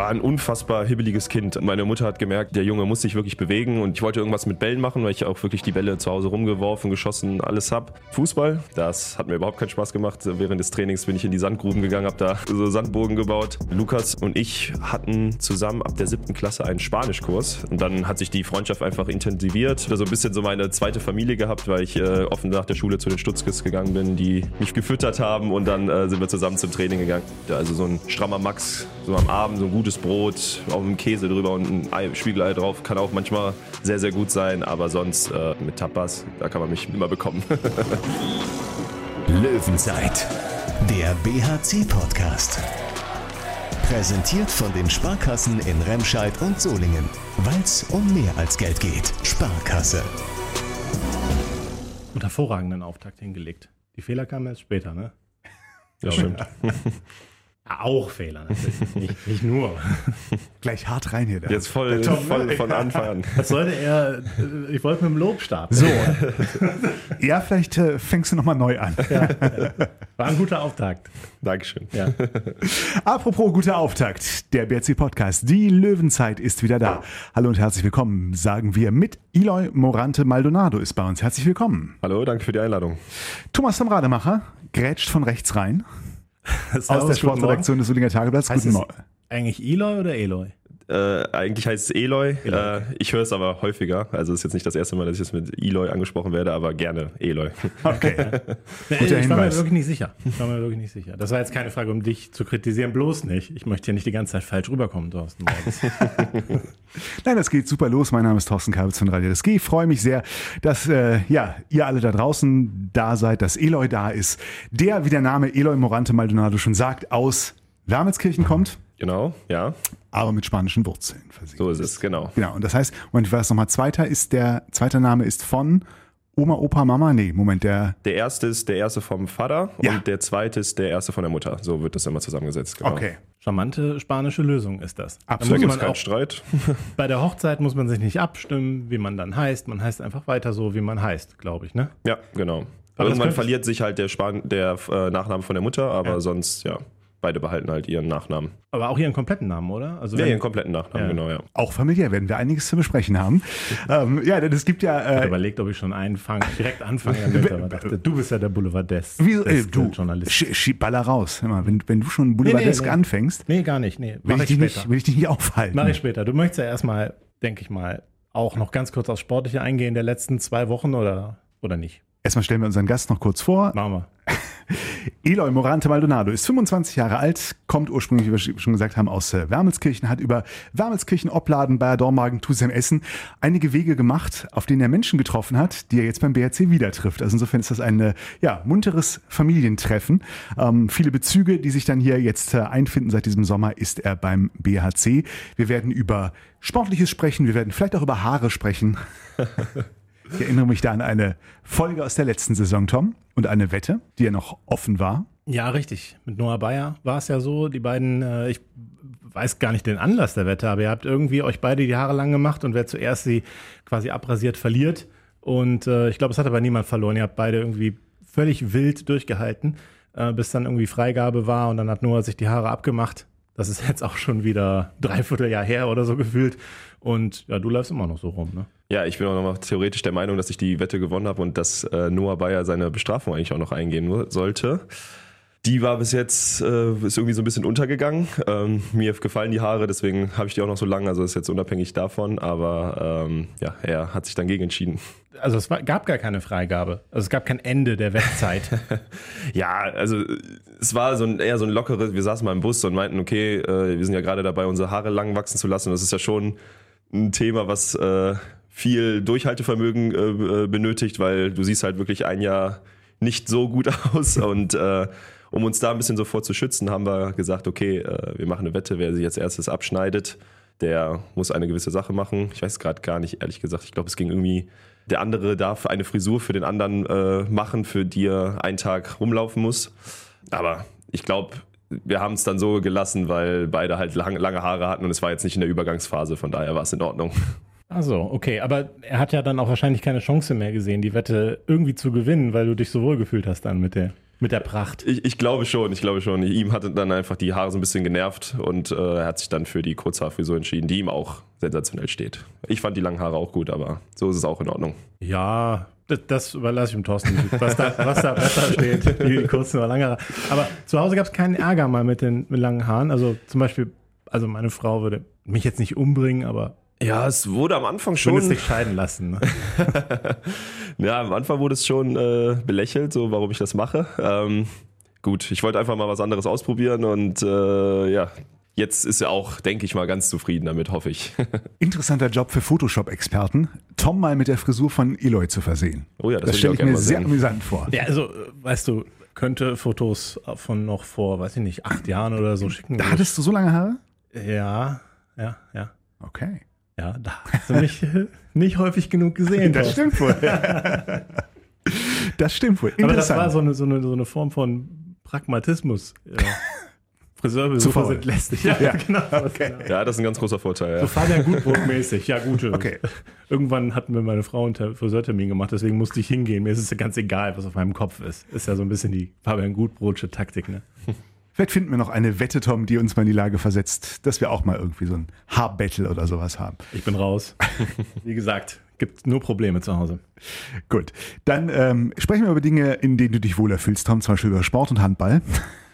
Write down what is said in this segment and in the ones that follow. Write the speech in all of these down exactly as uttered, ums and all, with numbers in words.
war ein unfassbar hibbeliges Kind. Meine Mutter hat gemerkt, der Junge muss sich wirklich bewegen und ich wollte irgendwas mit Bällen machen, weil ich auch wirklich die Bälle zu Hause rumgeworfen, geschossen, alles hab. Fußball, das hat mir überhaupt keinen Spaß gemacht. Während des Trainings bin ich in die Sandgruben gegangen, habe da so Sandbogen gebaut. Lukas und ich hatten zusammen ab der siebten Klasse einen Spanischkurs und dann hat sich die Freundschaft einfach intensiviert. So ein bisschen so meine zweite Familie gehabt, weil ich äh, offen nach der Schule zu den Stutzkes gegangen bin, die mich gefüttert haben und dann äh, sind wir zusammen zum Training gegangen. Ja, also so ein strammer Max, so am Abend so ein gutes Brot, auch mit einem Käse drüber und ein Ei, Spiegelei drauf, kann auch manchmal sehr, sehr gut sein, aber sonst äh, mit Tapas, da kann man mich immer bekommen. Löwenzeit, der B H C-Podcast. Präsentiert von den Sparkassen in Remscheid und Solingen. Weil's um mehr als Geld geht. Sparkasse. Und hervorragenden Auftakt hingelegt. Die Fehler kamen erst später, ne? Ja, stimmt. Ja, auch Fehler natürlich, nicht, nicht nur. Gleich hart rein hier. Da. Jetzt voll, voll von Anfang an. Das sollte er, ich wollte mit dem Lob starten. So. Ja, vielleicht äh, fängst du nochmal neu an. Ja, ja. War ein guter Auftakt. Dankeschön. Ja. Apropos guter Auftakt, der B R C-Podcast, die Löwenzeit ist wieder da. Hallo und herzlich willkommen, sagen wir mit Eloy Morante Maldonado ist bei uns. Herzlich willkommen. Hallo, danke für die Einladung. Thomas vom Rademacher grätscht von rechts rein. Das Aus der Sportredaktion des Solinger Tageblatts. Heißt Guten es Morgen. eigentlich Eloy oder Eloy? Äh, eigentlich heißt es Eloy. Eloy. Äh, ich höre es aber häufiger. Also es ist jetzt nicht das erste Mal, dass ich jetzt mit Eloy angesprochen werde, aber gerne Eloy. Okay. Nee, Guter ich war mir Hinweis. wirklich nicht sicher. Ich war mir wirklich nicht sicher. Das war jetzt keine Frage, um dich zu kritisieren, bloß nicht. Ich möchte hier nicht die ganze Zeit falsch rüberkommen, Thorsten. Nein, das geht super los. Mein Name ist Thorsten Kabitz von Radio S G. Ich freue mich sehr, dass äh, ja, ihr alle da draußen da seid, dass Eloy da ist. Der, wie der Name Eloy Morante Maldonado schon sagt, aus Wermelskirchen kommt, Genau, ja. aber mit spanischen Wurzeln versehen. So ist es, genau. Genau, und das heißt, Moment, ich weiß nochmal, zweiter ist der, zweiter Name ist von Oma, Opa, Mama? Nee, Moment, der... Der erste ist der erste vom Vater Ja. und der zweite ist der erste von der Mutter. So wird das immer zusammengesetzt. Genau. Okay, Charmante spanische Lösung ist das. Da absolut. gibt muss es man keinen auch- Streit. Bei der Hochzeit muss man sich nicht abstimmen, wie man dann heißt. Man heißt einfach weiter so, wie man heißt, glaube ich, ne? Ja, genau. Aber Aber das irgendwann könnte- verliert sich halt der, Span der äh, Nachname von der Mutter, aber Ja. sonst, ja, beide behalten halt ihren Nachnamen. Aber auch ihren kompletten Namen, oder? Also Ja, wenn- ihren kompletten Nachnamen, Ja. genau, ja. Auch familiär werden wir einiges zu besprechen haben. ähm, ja, denn es gibt ja... Ich habe Äh, überlegt, ob ich schon einen fang, direkt anfange damit, aber dachte, du bist ja der Boulevard des, wie, des äh, du, Journalist. sch, schieb Baller raus. Hör mal, wenn, wenn du schon Boulevardesk Nee, nee, nee. anfängst, Nee, gar nicht. Nee, will mach ich, dich später. nicht, will ich dich nicht aufhalten. Mach ich später. Du möchtest ja erstmal, denke ich mal, auch noch ganz kurz aufs Sportliche eingehen der letzten zwei Wochen oder, oder nicht? Erstmal stellen wir unseren Gast noch kurz vor. Machen wir. Eloy Morante Maldonado ist fünfundzwanzig Jahre alt, kommt ursprünglich, wie wir schon gesagt haben, aus äh, Wermelskirchen, hat über Wermelskirchen, Opladen, Bayer Dormagen, Tusem, Essen einige Wege gemacht, auf denen er Menschen getroffen hat, die er jetzt beim B R C wieder trifft. Also insofern ist das ein äh, ja, munteres Familientreffen. Ähm, viele Bezüge, die sich dann hier jetzt äh, einfinden seit diesem Sommer, ist er beim B H C. Wir werden über Sportliches sprechen, wir werden vielleicht auch über Haare sprechen. Ich erinnere mich da an eine Folge aus der letzten Saison, Tom, und eine Wette, die ja noch offen war. Ja, richtig. Mit Noah Bayer war es ja so, die beiden, äh, ich weiß gar nicht den Anlass der Wette, aber ihr habt irgendwie euch beide die Haare lang gemacht und wer zuerst sie quasi abrasiert, verliert. Und äh, ich glaube, es hat aber niemand verloren. Ihr habt beide irgendwie völlig wild durchgehalten, äh, bis dann irgendwie Freigabe war und dann hat Noah sich die Haare abgemacht. Das ist jetzt auch schon wieder dreiviertel Jahr her oder so gefühlt. Und ja, du läufst immer noch so rum, ne? Ja, ich bin auch noch mal theoretisch der Meinung, dass ich die Wette gewonnen habe und dass äh, Noah Bayer seine Bestrafung eigentlich auch noch eingehen mu- sollte. Die war bis jetzt äh, ist irgendwie so ein bisschen untergegangen. Ähm, mir gefallen die Haare, deswegen habe ich die auch noch so lang. Also ist jetzt unabhängig davon. Aber ähm, ja, er hat sich dann gegen entschieden. Also es war, gab gar keine Freigabe. Also es gab kein Ende der Wettzeit. Ja, also es war so ein, eher so ein lockeres. Wir saßen mal im Bus und meinten, okay, äh, wir sind ja gerade dabei, unsere Haare lang wachsen zu lassen. Das ist ja schon ein Thema, was äh, viel Durchhaltevermögen äh, benötigt, weil du siehst halt wirklich ein Jahr nicht so gut aus und äh, um uns da ein bisschen so vor zu schützen, haben wir gesagt, okay, äh, wir machen eine Wette, wer sich als erstes abschneidet, der muss eine gewisse Sache machen. Ich weiß gerade gar nicht, ehrlich gesagt, ich glaube, es ging irgendwie, der andere darf eine Frisur für den anderen äh, machen, für die er einen Tag rumlaufen muss. Aber ich glaube, wir haben es dann so gelassen, weil beide halt lang, lange Haare hatten und es war jetzt nicht in der Übergangsphase, von daher war es in Ordnung. Also, okay, aber er hat ja dann auch wahrscheinlich keine Chance mehr gesehen, die Wette irgendwie zu gewinnen, weil du dich so wohl gefühlt hast dann mit der. Mit der Pracht. Ich, ich glaube schon, ich glaube schon. Ihm hat dann einfach die Haare so ein bisschen genervt und äh, er hat sich dann für die Kurzhaarfrisur entschieden, die ihm auch sensationell steht. Ich fand die langen Haare auch gut, aber so ist es auch in Ordnung. Ja, das, das überlasse ich dem Thorsten, was da, was da besser steht, die kurzen oder langen Haare. Aber zu Hause gab es keinen Ärger mal mit den mit langen Haaren. Also zum Beispiel, also meine Frau würde mich jetzt nicht umbringen, aber ja, es wurde am Anfang schon. Schon sich scheiden lassen. Ne? Ja, am Anfang wurde es schon äh, belächelt, so warum ich das mache. Ähm, gut, ich wollte einfach mal was anderes ausprobieren und äh, ja, jetzt ist er auch, denke ich mal, ganz zufrieden damit, hoffe ich. Interessanter Job für Photoshop-Experten, Tom mal mit der Frisur von Eloy zu versehen. Oh ja, das, das stelle ich, ich mir sehr sehen. amüsant vor. Ja, also, weißt du, könnte Fotos von noch vor, weiß ich nicht, acht Jahren oder so schicken. Da hattest du so lange Haare? Ja, ja, ja. Okay. Ja, da hast du mich nicht häufig genug gesehen. Das stimmt wohl. Das stimmt wohl. Aber das war so eine, so eine, so eine Form von Pragmatismus. Ja. Friseurbesucher sind lästig. Ja, ja. Genau. Okay. Ja, das ist ein ganz großer Vorteil. Ja. So Fabian Gutbrot-mäßig. Ja, gut. Okay. Irgendwann hatten wir meine Frau einen Friseurtermin gemacht, deswegen musste ich hingehen. Mir ist es ja ganz egal, was auf meinem Kopf ist. Ist ja so ein bisschen die Fabian Gutbrotsche Taktik, ne? Vielleicht finden wir noch eine Wette, Tom, die uns mal in die Lage versetzt, dass wir auch mal irgendwie so ein Haarbattle oder sowas haben. Ich bin raus. Wie gesagt, gibt nur Probleme zu Hause. Gut, dann ähm, sprechen wir über Dinge, in denen du dich wohler fühlst, Tom, zum Beispiel über Sport und Handball.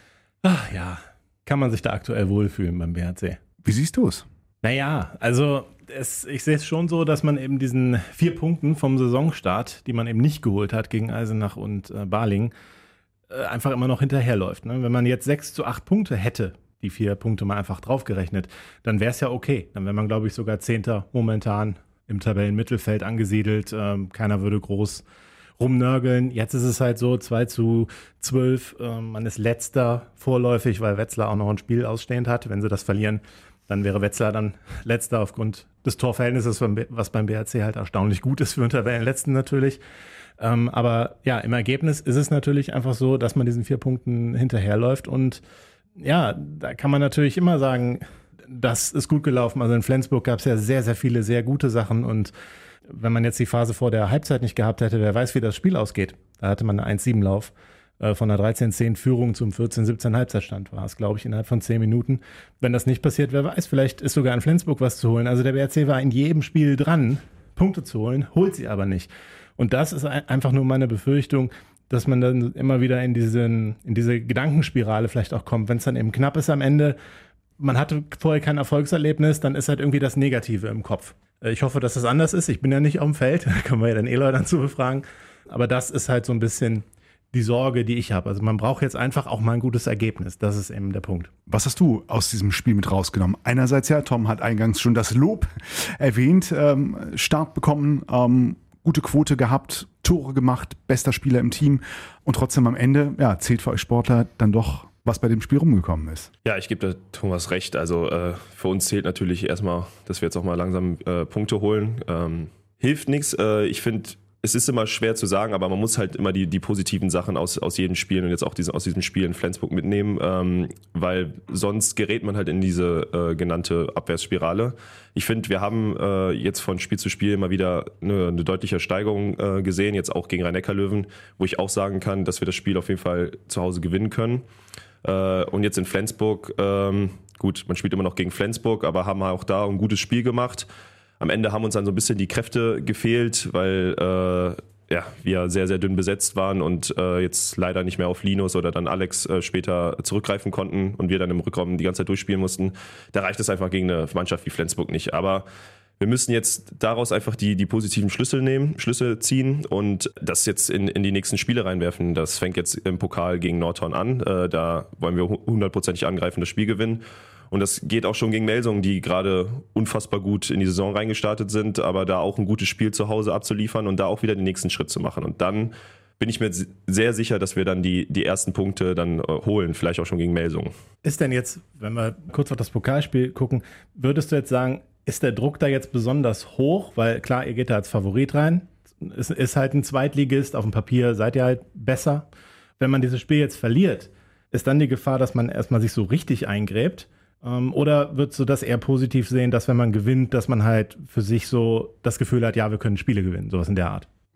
Ach ja, kann man sich da aktuell wohlfühlen beim B H C. Wie siehst du es? Naja, also es, ich sehe es schon so, dass man eben diesen vier Punkten vom Saisonstart, die man eben nicht geholt hat gegen Eisenach und äh, Balingen, einfach immer noch hinterherläuft. Ne? Wenn man jetzt sechs zu acht Punkte hätte, die vier Punkte mal einfach draufgerechnet, dann wäre es ja okay. Dann wäre man, glaube ich, sogar Zehnter momentan im Tabellenmittelfeld angesiedelt. Ähm, keiner würde groß rumnörgeln. Jetzt ist es halt so, zwei zu zwölf. Ähm, man ist Letzter vorläufig, weil Wetzlar auch noch ein Spiel ausstehend hat. Wenn sie das verlieren, dann wäre Wetzlar dann Letzter aufgrund des Torverhältnisses, was beim B H C halt erstaunlich gut ist für den Tabellenletzten natürlich. Ähm, aber ja, im Ergebnis ist es natürlich einfach so, dass man diesen vier Punkten hinterherläuft und ja, da kann man natürlich immer sagen, das ist gut gelaufen. Also in Flensburg gab es ja sehr, sehr viele sehr gute Sachen und wenn man jetzt die Phase vor der Halbzeit nicht gehabt hätte, wer weiß, wie das Spiel ausgeht. Da hatte man einen eins sieben Lauf äh, von einer dreizehn zehn Führung zum vierzehn siebzehn Halbzeitstand war es, glaube ich, innerhalb von zehn Minuten. Wenn das nicht passiert, wer weiß, vielleicht ist sogar in Flensburg was zu holen. Also der B R C war in jedem Spiel dran, Punkte zu holen, holt sie aber nicht. Und das ist einfach nur meine Befürchtung, dass man dann immer wieder in, diesen, in diese Gedankenspirale vielleicht auch kommt. Wenn es dann eben knapp ist am Ende, man hatte vorher kein Erfolgserlebnis, dann ist halt irgendwie das Negative im Kopf. Ich hoffe, dass das anders ist. Ich bin ja nicht auf dem Feld, da können wir ja dann Eloy dann zu befragen. Aber das ist halt so ein bisschen die Sorge, die ich habe. Also man braucht jetzt einfach auch mal ein gutes Ergebnis. Das ist eben der Punkt. Was hast du aus diesem Spiel mit rausgenommen? Einerseits ja, Tom hat eingangs schon das Lob erwähnt, ähm, Start bekommen, ähm, gute Quote gehabt, Tore gemacht, bester Spieler im Team und trotzdem am Ende, ja, zählt für euch Sportler dann doch, was bei dem Spiel rumgekommen ist. Ja, ich gebe da Thomas recht. Also äh, für uns zählt natürlich erstmal, dass wir jetzt auch mal langsam äh, Punkte holen. Ähm, hilft nichts. Äh, ich finde, es ist immer schwer zu sagen, aber man muss halt immer die, die positiven Sachen aus, aus jedem Spiel und jetzt auch diesen, aus diesem Spiel in Flensburg mitnehmen, ähm, weil sonst gerät man halt in diese äh, genannte Abwärtsspirale. Ich finde, wir haben äh, jetzt von Spiel zu Spiel immer wieder eine, eine deutliche Steigerung äh, gesehen, jetzt auch gegen Rhein-Neckar-Löwen, wo ich auch sagen kann, dass wir das Spiel auf jeden Fall zu Hause gewinnen können. Äh, und jetzt in Flensburg, ähm, gut, man spielt immer noch gegen Flensburg, aber haben auch da ein gutes Spiel gemacht. Am Ende haben uns dann so ein bisschen die Kräfte gefehlt, weil äh, ja, wir sehr, sehr dünn besetzt waren und äh, jetzt leider nicht mehr auf Linus oder dann Alex äh, später zurückgreifen konnten und wir dann im Rückraum die ganze Zeit durchspielen mussten. Da reicht es einfach gegen eine Mannschaft wie Flensburg nicht. Aber wir müssen jetzt daraus einfach die, die positiven Schlüssel nehmen, Schlüsse ziehen und das jetzt in, in die nächsten Spiele reinwerfen. Das fängt jetzt im Pokal gegen Nordhorn an. Äh, da wollen wir hundertprozentig angreifen, das Spiel gewinnen. Und das geht auch schon gegen Melsungen, die gerade unfassbar gut in die Saison reingestartet sind, aber da auch ein gutes Spiel zu Hause abzuliefern und da auch wieder den nächsten Schritt zu machen. Und dann bin ich mir sehr sicher, dass wir dann die, die ersten Punkte dann holen, vielleicht auch schon gegen Melsungen. Ist denn jetzt, wenn wir kurz auf das Pokalspiel gucken, würdest du jetzt sagen, ist der Druck da jetzt besonders hoch? Weil klar, ihr geht da als Favorit rein. Es ist halt ein Zweitligist, auf dem Papier seid ihr halt besser. Wenn man dieses Spiel jetzt verliert, ist dann die Gefahr, dass man erstmal sich so richtig eingräbt? Oder würdest du das eher positiv sehen, dass wenn man gewinnt, dass man halt für sich so das Gefühl hat, ja, wir können Spiele gewinnen, sowas in der Art?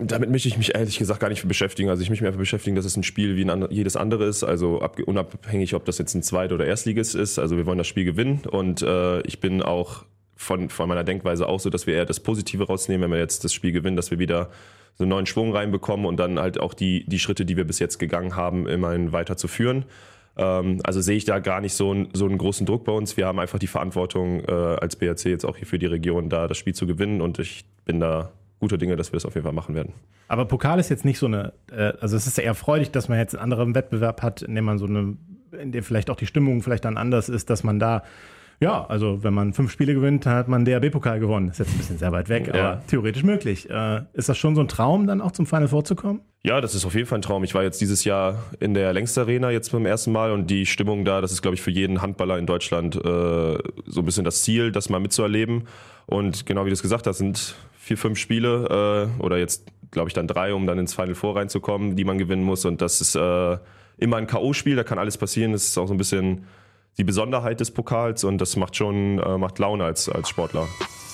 Damit möchte ich mich ehrlich gesagt gar nicht beschäftigen. Also ich möchte mich einfach beschäftigen, dass es ein Spiel wie ein jedes andere ist. Also ab, unabhängig, ob das jetzt ein Zweit- oder Erstligist ist. Also wir wollen das Spiel gewinnen. Und äh, ich bin auch von, von meiner Denkweise auch so, dass wir eher das Positive rausnehmen, wenn wir jetzt das Spiel gewinnen, dass wir wieder so einen neuen Schwung reinbekommen und dann halt auch die, die Schritte, die wir bis jetzt gegangen haben, immerhin weiterzuführen. Ähm, also sehe ich da gar nicht so, ein, so einen großen Druck bei uns. Wir haben einfach die Verantwortung äh, als B H C jetzt auch hier für die Region, da das Spiel zu gewinnen. Und ich bin da gute Dinge, dass wir das auf jeden Fall machen werden. Aber Pokal ist jetzt nicht so eine, äh, also es ist eher freudig, dass man jetzt einen anderen Wettbewerb hat, in dem man so eine, in dem vielleicht auch die Stimmung vielleicht dann anders ist, dass man da, ja, also wenn man fünf Spiele gewinnt, dann hat man D H B-Pokal gewonnen. Ist jetzt ein bisschen sehr weit weg, ja. aber theoretisch möglich. Äh, ist das schon so ein Traum, dann auch zum Final Four zu kommen? Ja, das ist auf jeden Fall ein Traum. Ich war jetzt dieses Jahr in der Längst Arena jetzt beim ersten Mal und die Stimmung da, das ist, glaube ich, für jeden Handballer in Deutschland äh, so ein bisschen das Ziel, das mal mitzuerleben. Und genau wie du es gesagt hast, sind vier, fünf Spiele äh, oder jetzt, glaube ich, dann drei, um dann ins Final Four reinzukommen, die man gewinnen muss. Und das ist äh, immer ein K O-Spiel, da kann alles passieren. Das ist auch so ein bisschen die Besonderheit des Pokals und das macht schon äh, macht Laune als, als Sportler.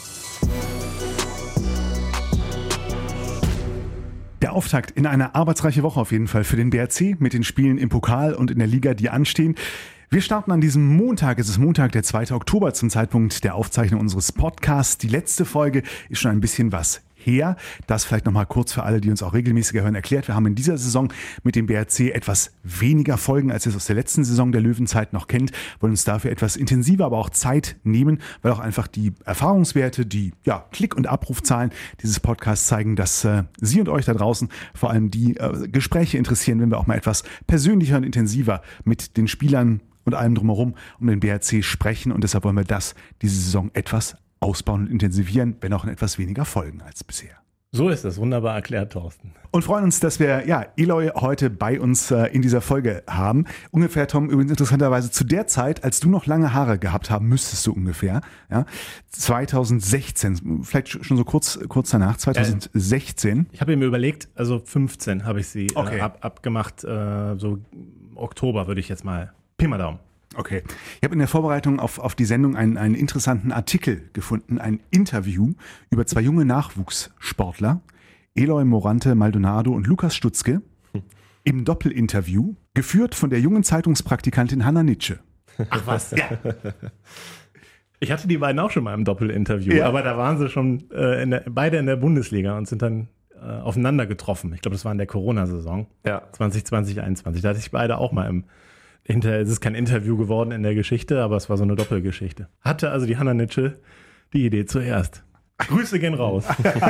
Der Auftakt in eine arbeitsreiche Woche auf jeden Fall für den B H C mit den Spielen im Pokal und in der Liga, die anstehen. Wir starten an diesem Montag, es ist Montag, der zweite Oktober zum Zeitpunkt der Aufzeichnung unseres Podcasts. Die letzte Folge ist schon ein bisschen was her. Das vielleicht nochmal kurz für alle, die uns auch regelmäßiger hören, erklärt. Wir haben in dieser Saison mit dem B H C etwas weniger Folgen, als ihr es aus der letzten Saison der Löwenzeit noch kennt, wollen uns dafür etwas intensiver, aber auch Zeit nehmen, weil auch einfach die Erfahrungswerte, die ja, Klick- und Abrufzahlen dieses Podcasts zeigen, dass äh, Sie und euch da draußen vor allem die äh, Gespräche interessieren, wenn wir auch mal etwas persönlicher und intensiver mit den Spielern und allem drumherum um den B H C sprechen. Und deshalb wollen wir das diese Saison etwas ausbauen und intensivieren, wenn auch in etwas weniger Folgen als bisher. So ist das, wunderbar erklärt, Thorsten. Und freuen uns, dass wir ja Eloy heute bei uns äh, in dieser Folge haben. Ungefähr, Tom, übrigens interessanterweise zu der Zeit, als du noch lange Haare gehabt haben müsstest du ungefähr, ja, zwanzig sechzehn, vielleicht schon so kurz, kurz danach, zwanzig sechzehn. Ich habe mir überlegt, also fünfzehn habe ich sie okay. äh, ab, abgemacht, äh, so Oktober würde ich jetzt mal, Pi mal Daumen. Okay. Ich habe in der Vorbereitung auf, auf die Sendung einen, einen interessanten Artikel gefunden, ein Interview über zwei junge Nachwuchssportler, Eloy Morante Maldonado und Lukas Stutzke, im Doppelinterview, geführt von der jungen Zeitungspraktikantin Hanna Nitsche. Ach was? Ja. Ich hatte die beiden auch schon mal im Doppelinterview, ja. aber da waren sie schon äh, in der, beide in der Bundesliga und sind dann äh, aufeinander getroffen. Ich glaube, das war in der Corona-Saison, ja. zwanzig zwanzig, einundzwanzig. Da hatte ich beide auch mal im Hinter, es ist kein Interview geworden in der Geschichte, aber es war so eine Doppelgeschichte. Hatte also die Hanna Nitsche die Idee zuerst. Grüße gehen raus.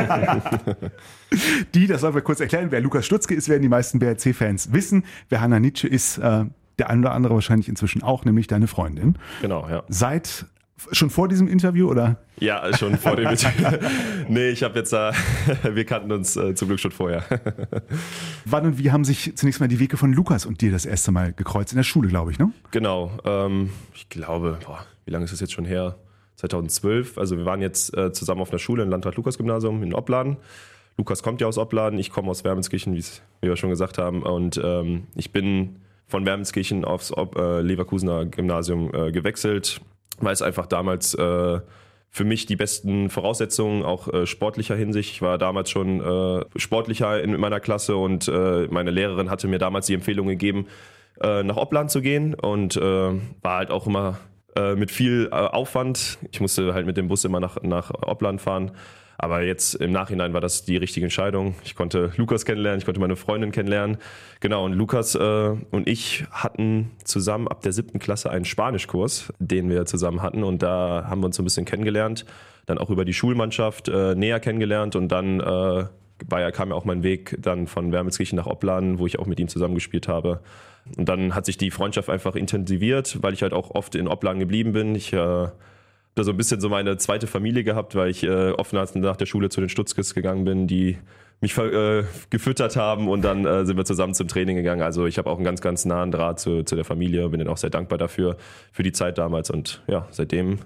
Die, das sollen wir kurz erklären, wer Lukas Stutzke ist, werden die meisten B H C-Fans wissen. Wer Hanna Nitsche ist, äh, der ein oder andere wahrscheinlich inzwischen auch, nämlich deine Freundin. Genau, ja. Seit schon vor diesem Interview, oder? Ja, schon vor dem Interview. Nee, ich habe jetzt, äh, wir kannten uns äh, zum Glück schon vorher. Wann und wie haben sich zunächst mal die Wege von Lukas und dir das erste Mal gekreuzt? In der Schule, glaube ich, ne? Genau. Ähm, ich glaube, boah, wie lange ist das jetzt schon her? zweitausendzwölf. Also wir waren jetzt äh, zusammen auf einer Schule im Landrat-Lukas-Gymnasium in Opladen. Lukas kommt ja aus Opladen, ich komme aus Wermelskirchen, wie wir schon gesagt haben. Und ähm, ich bin von Wermelskirchen aufs äh, Leverkusener Gymnasium äh, gewechselt, weil es einfach damals äh, für mich die besten Voraussetzungen, auch äh, sportlicher Hinsicht. Ich war damals schon äh, sportlicher in meiner Klasse und äh, meine Lehrerin hatte mir damals die Empfehlung gegeben, äh, nach Opladen zu gehen und äh, war halt auch immer äh, mit viel äh, Aufwand. Ich musste halt mit dem Bus immer nach, nach Opladen fahren. Aber jetzt im Nachhinein war das die richtige Entscheidung. Ich konnte Lukas kennenlernen, ich konnte meine Freundin kennenlernen. Genau, und Lukas äh, und ich hatten zusammen ab der siebten Klasse einen Spanischkurs, den wir zusammen hatten. Und da haben wir uns so ein bisschen kennengelernt. Dann auch über die Schulmannschaft äh, näher kennengelernt. Und dann äh, war ja, kam ja auch mein Weg dann von Wermelskirchen nach Opladen, wo ich auch mit ihm zusammengespielt habe. Und dann hat sich die Freundschaft einfach intensiviert, weil ich halt auch oft in Opladen geblieben bin. Ich äh, da so ein bisschen so meine zweite Familie gehabt, weil ich äh, oft nach der Schule zu den Stutzkes gegangen bin, die mich äh, gefüttert haben und dann äh, sind wir zusammen zum Training gegangen. Also ich habe auch einen ganz, ganz nahen Draht zu, zu der Familie, bin denen auch sehr dankbar dafür, für die Zeit damals und ja, seitdem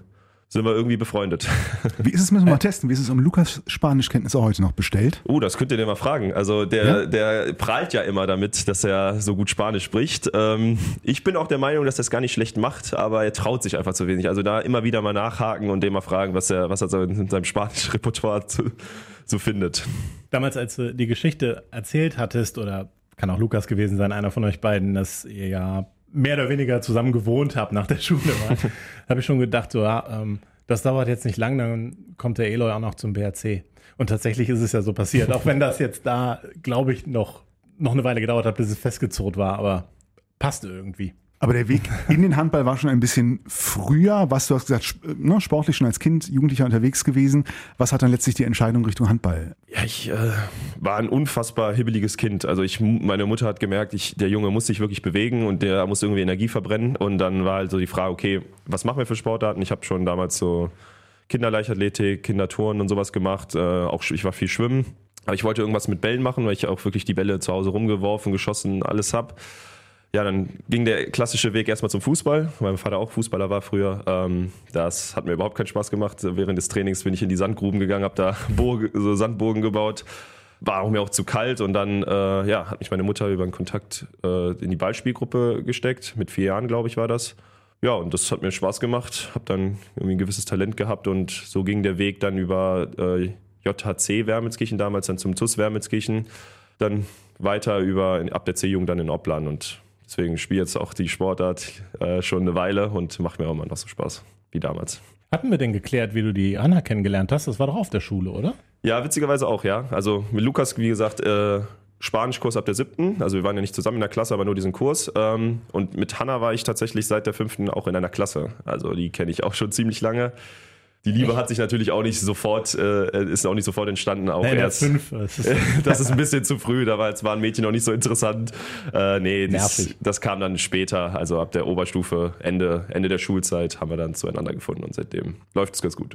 sind wir irgendwie befreundet. Wie ist es, müssen wir mal testen, wie ist es um Lukas Spanischkenntnisse heute noch bestellt? Oh, das könnt ihr den mal fragen. Also der, ja? der prahlt ja immer damit, dass er so gut Spanisch spricht. Ähm, ich bin auch der Meinung, dass er es gar nicht schlecht macht, aber er traut sich einfach zu wenig. Also da immer wieder mal nachhaken und den mal fragen, was er, was er so in seinem Spanisch-Repertoire zu, so findet. Damals, als du die Geschichte erzählt hattest, oder kann auch Lukas gewesen sein, einer von euch beiden, dass ihr ja mehr oder weniger zusammen gewohnt habt nach der Schule, habe ich schon gedacht, so, ja, ähm, das dauert jetzt nicht lang, dann kommt der Eloy auch noch zum B H C. Und tatsächlich ist es ja so passiert, auch wenn das jetzt da, glaube ich, noch, noch eine Weile gedauert hat, bis es festgezurrt war, aber passte irgendwie. Aber der Weg in den Handball war schon ein bisschen früher. Was du hast gesagt, ne, sportlich schon als Kind, Jugendlicher unterwegs gewesen. Was hat dann letztlich die Entscheidung Richtung Handball? Ja, ich äh, war ein unfassbar hibbeliges Kind. Also ich, meine Mutter hat gemerkt, ich, der Junge muss sich wirklich bewegen und der muss irgendwie Energie verbrennen. Und dann war halt so die Frage, okay, was machen wir für Sportarten? Ich habe schon damals so Kinderleichtathletik, Kinderturnen und sowas gemacht. Äh, auch ich war viel schwimmen. Aber ich wollte irgendwas mit Bällen machen, weil ich auch wirklich die Bälle zu Hause rumgeworfen, geschossen, alles hab. Ja, dann ging der klassische Weg erstmal zum Fußball, weil mein Vater auch Fußballer war früher. Ähm, das hat mir überhaupt keinen Spaß gemacht. Während des Trainings bin ich in die Sandgruben gegangen, habe da Burg, so Sandburgen gebaut. War auch mir auch zu kalt und dann äh, ja, hat mich meine Mutter über einen Kontakt äh, in die Ballspielgruppe gesteckt. Mit vier Jahren, glaube ich, war das. Ja, und das hat mir Spaß gemacht. Habe dann irgendwie ein gewisses Talent gehabt und so ging der Weg dann über äh, J H C Wermelskirchen damals, dann zum T U S Wermelskirchen. Dann weiter über ab der C-Jugend dann in Oppland und deswegen spiele ich jetzt auch die Sportart äh, schon eine Weile und macht mir auch immer noch so Spaß wie damals. Hatten wir denn geklärt, wie du die Anna kennengelernt hast? Das war doch auf der Schule, oder? Ja, witzigerweise auch, ja. Also mit Lukas, wie gesagt, äh, Spanischkurs ab der siebten. Also wir waren ja nicht zusammen in der Klasse, aber nur diesen Kurs. Ähm, und mit Hanna war ich tatsächlich seit der fünften auch in einer Klasse. Also die kenne ich auch schon ziemlich lange. Die Liebe hat sich natürlich auch nicht sofort, äh, ist auch nicht sofort entstanden. Auch nee, erst. Fünf, das, ist das ist ein bisschen zu früh, da war, jetzt waren Mädchen noch nicht so interessant. Äh, nee, das, das kam dann später, also ab der Oberstufe, Ende, Ende der Schulzeit haben wir dann zueinander gefunden und seitdem läuft es ganz gut.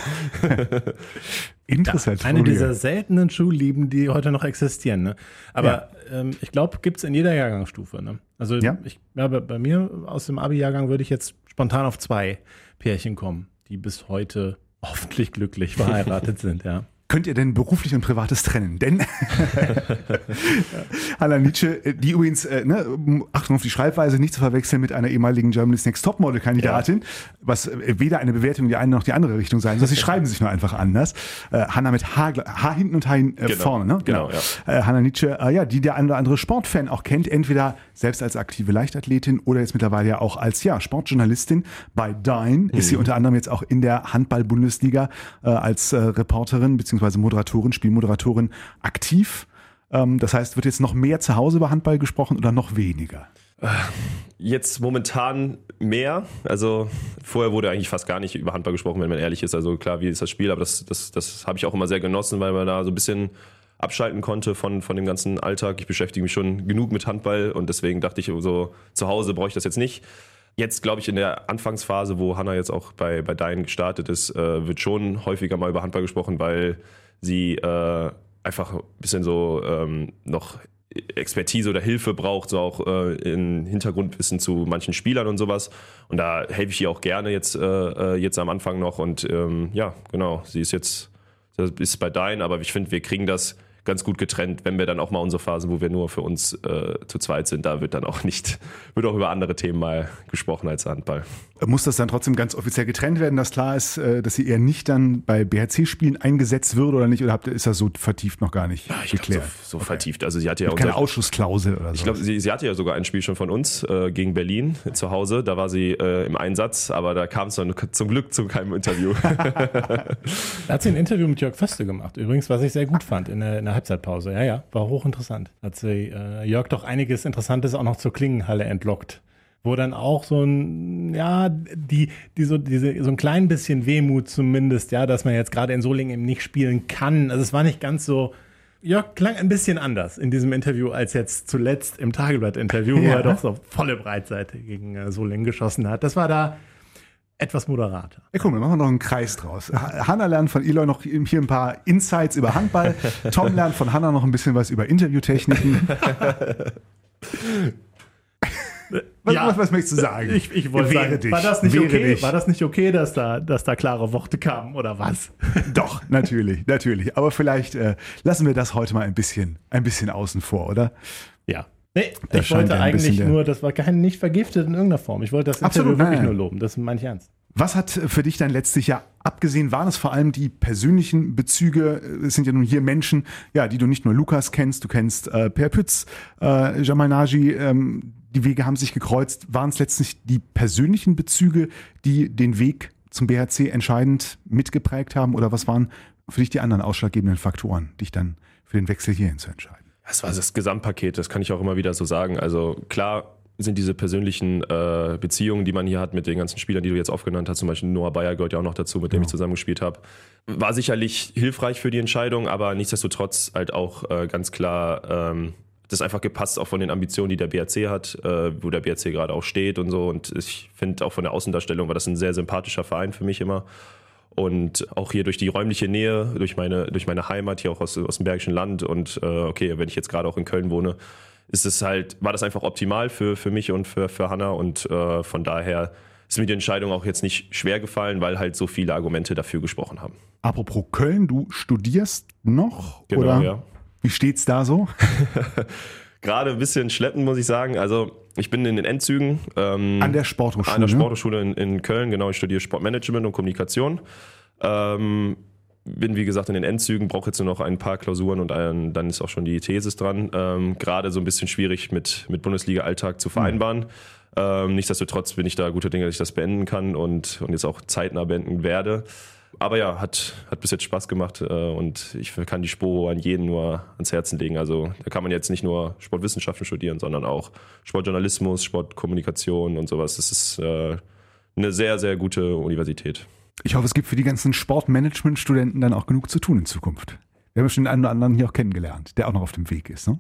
Interessant. Ja, eine dieser seltenen Schullieben, die heute noch existieren. Ne? Aber ja. ähm, ich glaube, gibt es in jeder Jahrgangsstufe. Ne? Also ja. Ich, ja, bei, bei mir aus dem Abi-Jahrgang würde ich jetzt spontan auf zwei Pärchen kommen, die bis heute hoffentlich glücklich verheiratet sind, ja. Könnt ihr denn beruflich und Privates trennen? Denn Hanna Nietzsche, die übrigens, äh, ne, Achtung auf die Schreibweise, nicht zu verwechseln mit einer ehemaligen Germany's Next Topmodel-Kandidatin, ja. was äh, weder eine Bewertung die eine noch die andere Richtung sein soll. Sie schreiben sich nur einfach anders. Äh, Hanna mit H, H hinten und H äh, genau. vorne, ne? Genau, genau. Ja. Äh, Hanna Nietzsche, äh, ja, die der ein oder andere Sportfan auch kennt, entweder selbst als aktive Leichtathletin oder jetzt mittlerweile ja auch als ja, Sportjournalistin bei Dine, mhm. ist sie unter anderem jetzt auch in der Handball-Bundesliga äh, als äh, Reporterin bzw. Moderatorin, Spielmoderatorin aktiv. Ähm, das heißt, wird jetzt noch mehr zu Hause über Handball gesprochen oder noch weniger? Jetzt momentan mehr. Also vorher wurde eigentlich fast gar nicht über Handball gesprochen, wenn man ehrlich ist. Also klar, wie ist das Spiel, aber das, das, das habe ich auch immer sehr genossen, weil man da so ein bisschen abschalten konnte von, von dem ganzen Alltag. Ich beschäftige mich schon genug mit Handball und deswegen dachte ich, so zu Hause brauche ich das jetzt nicht. Jetzt glaube ich in der Anfangsphase, wo Hanna jetzt auch bei, bei Dine gestartet ist, äh, wird schon häufiger mal über Handball gesprochen, weil sie äh, einfach ein bisschen so ähm, noch Expertise oder Hilfe braucht, so auch äh, in Hintergrundwissen zu manchen Spielern und sowas. Und da helfe ich ihr auch gerne jetzt, äh, jetzt am Anfang noch. Und ähm, ja, genau, sie ist jetzt ist bei Dine, aber ich finde, wir kriegen das ganz gut getrennt, wenn wir dann auch mal unsere Phasen, wo wir nur für uns äh, zu zweit sind, da wird dann auch nicht, wird auch über andere Themen mal gesprochen als Handball. Muss das dann trotzdem ganz offiziell getrennt werden, dass klar ist, äh, dass sie eher nicht dann bei B H C-Spielen eingesetzt wird oder nicht? Oder habt, ist das so vertieft noch gar nicht ja, ich geklärt? Glaub, so so okay. vertieft. Also sie hatte ja keine unser, Ausschussklausel oder so. Ich glaube, sie, sie hatte ja sogar ein Spiel schon von uns äh, gegen Berlin zu Hause. Da war sie äh, im Einsatz, aber da kam es dann zum Glück zu keinem Interview. Da hat sie ein Interview mit Jörg Föste gemacht, übrigens, was ich sehr gut fand in der, in der Halbzeitpause. Ja, ja, war hochinteressant. Hat sie äh, Jörg doch einiges Interessantes auch noch zur Klingenhalle entlockt. Wo dann auch so ein, ja, die, die so, diese, so ein klein bisschen Wehmut zumindest, ja, dass man jetzt gerade in Solingen eben nicht spielen kann. Also es war nicht ganz so, Jörg klang ein bisschen anders in diesem Interview als jetzt zuletzt im Tageblatt-Interview, ja. Wo er doch so volle Breitseite gegen äh, Solingen geschossen hat. Das war da etwas moderater. Ja, guck mal, wir machen noch einen Kreis draus. Hanna lernt von Eloy noch hier ein paar Insights über Handball. Tom lernt von Hanna noch ein bisschen was über Interviewtechniken. Was, Ja. was, was möchtest du sagen? Ich, ich wollte Wehre sagen, dich. war das nicht Wehre okay? dich. War das nicht okay, dass da, dass da klare Worte kamen oder was? Doch, natürlich, natürlich. Aber vielleicht äh, lassen wir das heute mal ein bisschen, ein bisschen außen vor, oder? Ja. Nee, Da ich scheint wollte ja ein bisschen eigentlich der- nur, das war kein, nicht vergiftet in irgendeiner Form. Ich wollte das Absolut, Interview wirklich nein, nur nein. loben. Das meine ich ernst. Was hat für dich dann letztlich ja abgesehen, waren es vor allem die persönlichen Bezüge? Es sind ja nun hier Menschen, ja, die du nicht nur Lukas kennst, du kennst äh, Per Pütz, äh, Jamal Naji, ähm, die Wege haben sich gekreuzt. Waren es letztlich die persönlichen Bezüge, die den Weg zum B H C entscheidend mitgeprägt haben? Oder was waren für dich die anderen ausschlaggebenden Faktoren, dich dann für den Wechsel hierhin zu entscheiden? Das war das Gesamtpaket, das kann ich auch immer wieder so sagen. Also klar sind diese persönlichen äh, Beziehungen, die man hier hat mit den ganzen Spielern, die du jetzt aufgenannt hast, zum Beispiel Noah Bayer gehört ja auch noch dazu, mit dem ich zusammengespielt habe, war sicherlich hilfreich für die Entscheidung, aber nichtsdestotrotz halt auch äh, ganz klar, ähm, das einfach gepasst auch von den Ambitionen, die der B H C hat, äh, wo der B H C gerade auch steht und so. Und ich finde auch von der Außendarstellung war das ein sehr sympathischer Verein für mich immer. Und auch hier durch die räumliche Nähe, durch meine, durch meine Heimat hier auch aus, aus dem Bergischen Land und äh, okay, wenn ich jetzt gerade auch in Köln wohne, ist es halt, war das einfach optimal für, für mich und für, für Hanna und äh, von daher ist mir die Entscheidung auch jetzt nicht schwer gefallen, weil halt so viele Argumente dafür gesprochen haben. Apropos Köln, du studierst noch? Genau, oder? ja. Wie steht's da so? Gerade ein bisschen schleppend, muss ich sagen. Also ich bin in den Endzügen. Ähm, An der Sporthochschule? An der Sporthochschule in, in Köln, genau. Ich studiere Sportmanagement und Kommunikation. Ähm, bin, wie gesagt, in den Endzügen, brauche jetzt nur noch ein paar Klausuren und ein, dann ist auch schon die Thesis dran. Ähm, gerade so ein bisschen schwierig mit, mit Bundesliga-Alltag zu vereinbaren. Mhm. Ähm, nichtsdestotrotz bin ich da guter Dinge, dass ich das beenden kann und, und jetzt auch zeitnah beenden werde. Aber ja, hat, hat bis jetzt Spaß gemacht äh, und ich kann die Sporo an jeden nur ans Herzen legen. Also da kann man jetzt nicht nur Sportwissenschaften studieren, sondern auch Sportjournalismus, Sportkommunikation und sowas. Das ist äh, eine sehr, sehr gute Universität. Ich hoffe, es gibt für die ganzen Sportmanagement-Studenten dann auch genug zu tun in Zukunft. Wir haben schon den einen oder anderen hier auch kennengelernt, der auch noch auf dem Weg ist. Ne?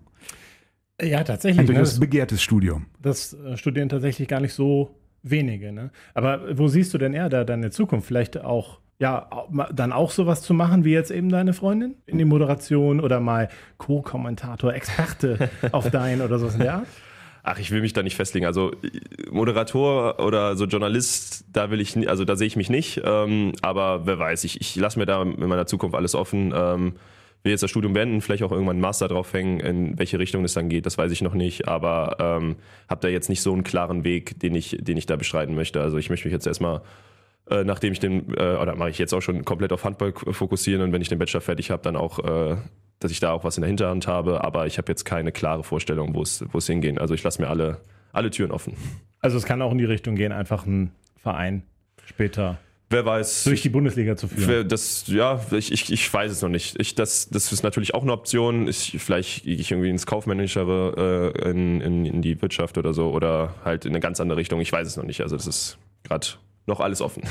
Ja, Ein tatsächlich. Ne? durchaus Das, begehrtes Studium. das äh, studieren tatsächlich gar nicht so wenige. Ne? Aber wo siehst du denn eher da deine Zukunft? Vielleicht auch, ja, au- ma- dann auch sowas zu machen wie jetzt eben deine Freundin in die Moderation oder mal Co-Kommentator, Experte auf dein oder sowas in der Art? Ach, ich will mich da nicht festlegen. Also Moderator oder so Journalist, da will ich, ni- also da sehe ich mich nicht. Ähm, aber wer weiß, ich, ich lasse mir da in meiner Zukunft alles offen. Ähm, will jetzt das Studium beenden, vielleicht auch irgendwann einen Master draufhängen, in welche Richtung es dann geht, das weiß ich noch nicht. Aber ähm, habe da jetzt nicht so einen klaren Weg, den ich, den ich da beschreiten möchte. Also ich möchte mich jetzt erstmal, äh, nachdem ich den, äh, oder mache ich jetzt auch schon komplett auf Handball k- fokussieren und wenn ich den Bachelor fertig habe, dann auch äh, dass ich da auch was in der Hinterhand habe, aber ich habe jetzt keine klare Vorstellung, wo es wo es hingehen. Also ich lasse mir alle, alle Türen offen. Also es kann auch in die Richtung gehen, einfach einen Verein später Wer weiß. durch die Bundesliga zu führen. Wer- Das, ja, ich, ich, ich weiß es noch nicht. Ich, das, das ist natürlich auch eine Option. Ich, vielleicht gehe ich irgendwie ins Kaufmännischere, äh, in, in, in die Wirtschaft oder so oder halt in eine ganz andere Richtung. Ich weiß es noch nicht. Also das ist gerade noch alles offen.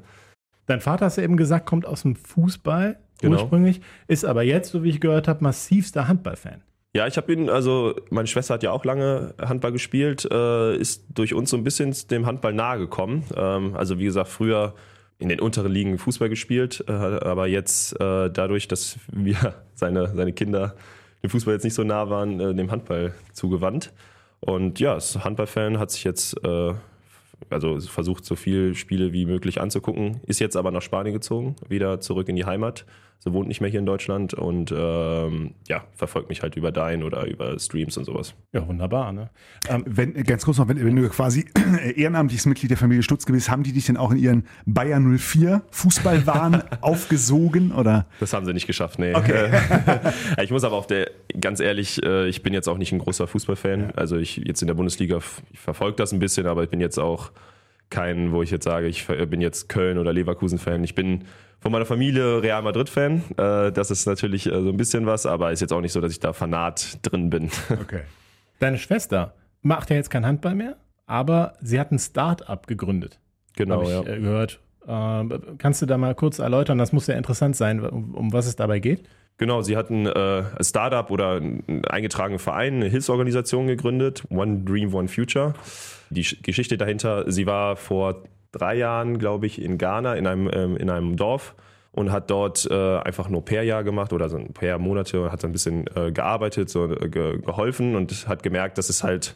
Dein Vater, hast du eben gesagt, kommt aus dem Fußball Genau. ursprünglich, ist aber jetzt, so wie ich gehört habe, massivster Handballfan. Ja, ich habe ihn, also meine Schwester hat ja auch lange Handball gespielt, äh, ist durch uns so ein bisschen dem Handball nahe gekommen. Ähm, also wie gesagt, früher in den unteren Ligen Fußball gespielt, äh, aber jetzt äh, dadurch, dass wir, seine, seine Kinder dem Fußball jetzt nicht so nah waren, äh, dem Handball zugewandt. Und ja, ist Handballfan, hat sich jetzt äh, also versucht, so viele Spiele wie möglich anzugucken, ist jetzt aber nach Spanien gezogen, wieder zurück in die Heimat. Sie wohnt nicht mehr hier in Deutschland und ähm, ja, verfolgt mich halt über Dein oder über Streams und sowas. Ja, wunderbar, ne? Ähm, Wenn, ganz kurz noch, wenn, wenn du quasi ehrenamtliches Mitglied der Familie Stutzke bist, haben die dich denn auch in ihren Bayer null vier Fußballwahn aufgesogen? Oder? Das haben sie nicht geschafft, nee. Okay. Äh, ich muss aber auch der, ganz ehrlich, äh, ich bin jetzt auch nicht ein großer Fußballfan. Also ich jetzt in der Bundesliga, f- ich verfolge das ein bisschen, aber ich bin jetzt auch kein, wo ich jetzt sage, ich ver- bin jetzt Köln- oder Leverkusen-Fan. Ich bin von meiner Familie Real Madrid-Fan. Äh, das ist natürlich äh, so ein bisschen was, aber ist jetzt auch nicht so, dass ich da Fanat drin bin. Okay. Deine Schwester macht ja jetzt kein Handball mehr, aber sie hat ein Start-up gegründet. Genau, Habe ich ja. äh, gehört. Ähm, kannst du da mal kurz erläutern? Das muss ja interessant sein, um, um was es dabei geht. Genau, sie hat ein äh, Startup oder einen eingetragenen Verein, eine Hilfsorganisation gegründet, One Dream, One Future. Die Sch- Geschichte dahinter, sie war vor drei Jahren, glaube ich, in Ghana in einem, ähm, in einem Dorf und hat dort äh, einfach nur Pair-Jahr gemacht oder so ein Pair-Monate, hat so ein bisschen äh, gearbeitet, so äh, ge geholfen und hat gemerkt, dass es halt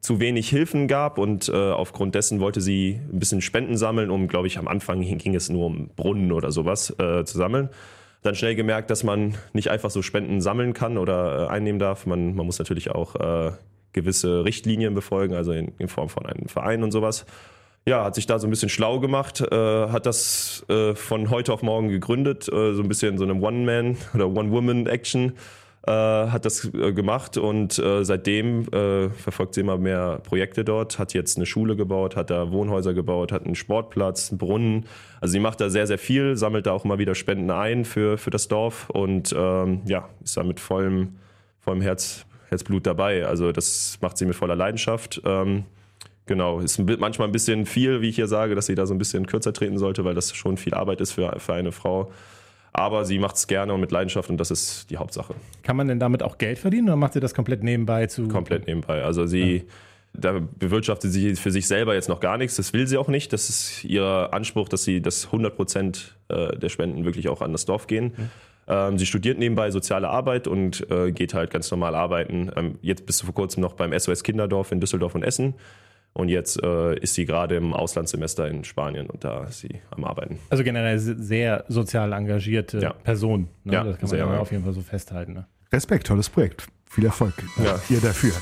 zu wenig Hilfen gab und äh, aufgrund dessen wollte sie ein bisschen Spenden sammeln, um, glaube ich, am Anfang ging es nur um Brunnen oder sowas äh, zu sammeln. Dann schnell gemerkt, dass man nicht einfach so Spenden sammeln kann oder äh, einnehmen darf. Man, man muss natürlich auch äh, gewisse Richtlinien befolgen, also in, in Form von einem Verein und sowas. Ja, hat sich da so ein bisschen schlau gemacht, äh, hat das äh, von heute auf morgen gegründet, äh, so ein bisschen so eine One-Man- oder One-Woman-Action. Äh, hat das äh, gemacht und äh, seitdem äh, verfolgt sie immer mehr Projekte dort, hat jetzt eine Schule gebaut, hat da Wohnhäuser gebaut, hat einen Sportplatz, einen Brunnen. Also sie macht da sehr, sehr viel, sammelt da auch immer wieder Spenden ein für, für das Dorf und ähm, ja, ist da mit vollem, vollem Herz, Herzblut dabei. Also das macht sie mit voller Leidenschaft. Ähm, genau, ist manchmal ein bisschen viel, wie ich hier sage, dass sie da so ein bisschen kürzer treten sollte, weil das schon viel Arbeit ist für, für eine Frau. Aber sie macht es gerne und mit Leidenschaft und das ist die Hauptsache. Kann man denn damit auch Geld verdienen oder macht sie das komplett nebenbei zu? Komplett nebenbei. Also sie, ja. Da bewirtschaftet sie für sich selber jetzt noch gar nichts. Das will sie auch nicht. Das ist ihr Anspruch, dass sie das hundert Prozent der Spenden wirklich auch an das Dorf gehen. Mhm. Ähm, sie studiert nebenbei soziale Arbeit und äh, geht halt ganz normal arbeiten. Ähm, jetzt bist du vor kurzem noch beim S O S Kinderdorf in Düsseldorf und Essen. Und jetzt äh, ist sie gerade im Auslandssemester in Spanien und da ist sie am Arbeiten. Also generell sehr sozial engagierte ja. Person. Ne? Ja, das kann man ja auf jeden Fall so festhalten. Ne? Respekt, tolles Projekt. Viel Erfolg ja. Ihr dafür.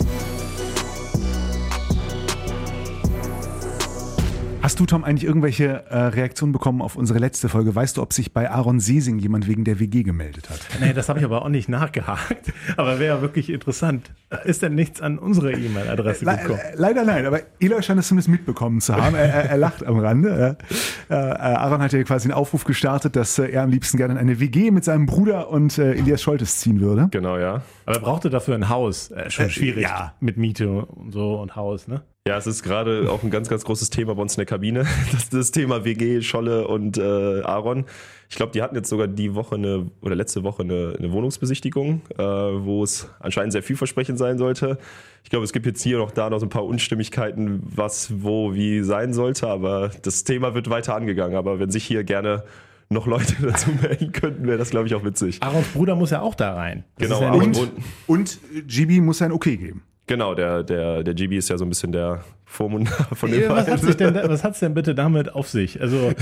Hast du, Tom, eigentlich irgendwelche äh, Reaktionen bekommen auf unsere letzte Folge? Weißt du, ob sich bei Aaron Sesing jemand wegen der W G gemeldet hat? Nee, das habe ich aber auch nicht nachgehakt. Aber wäre ja wirklich interessant. Ist denn nichts an unsere E-Mail-Adresse Le- gekommen? Leider nein, aber Eloy scheint es zumindest mitbekommen zu haben. Er, er, er lacht am Rande. Äh, äh, Aaron hat ja quasi einen Aufruf gestartet, dass äh, er am liebsten gerne in eine W G mit seinem Bruder und äh, Elias Scholtes ziehen würde. Genau, ja. Aber er brauchte dafür ein Haus. Äh, schon schwierig äh, ja. mit Miete und so und Haus, ne? Ja, es ist gerade auch ein ganz, ganz großes Thema bei uns in der Kabine. Das, das Thema W G, Scholle und äh, Aaron. Ich glaube, die hatten jetzt sogar die Woche eine oder letzte Woche eine, eine Wohnungsbesichtigung, äh, wo es anscheinend sehr vielversprechend sein sollte. Ich glaube, es gibt jetzt hier noch da noch so ein paar Unstimmigkeiten, was, wo, wie sein sollte. Aber das Thema wird weiter angegangen. Aber wenn sich hier gerne noch Leute dazu melden könnten, wäre das, glaube ich, auch witzig. Aarons Bruder muss ja auch da rein. Das genau. ist ja Und, und, und G B muss ein Okay geben. Genau, der, der, der G B ist ja so ein bisschen der Vormund von dem was hat's denn, was hat's denn bitte damit auf sich? Also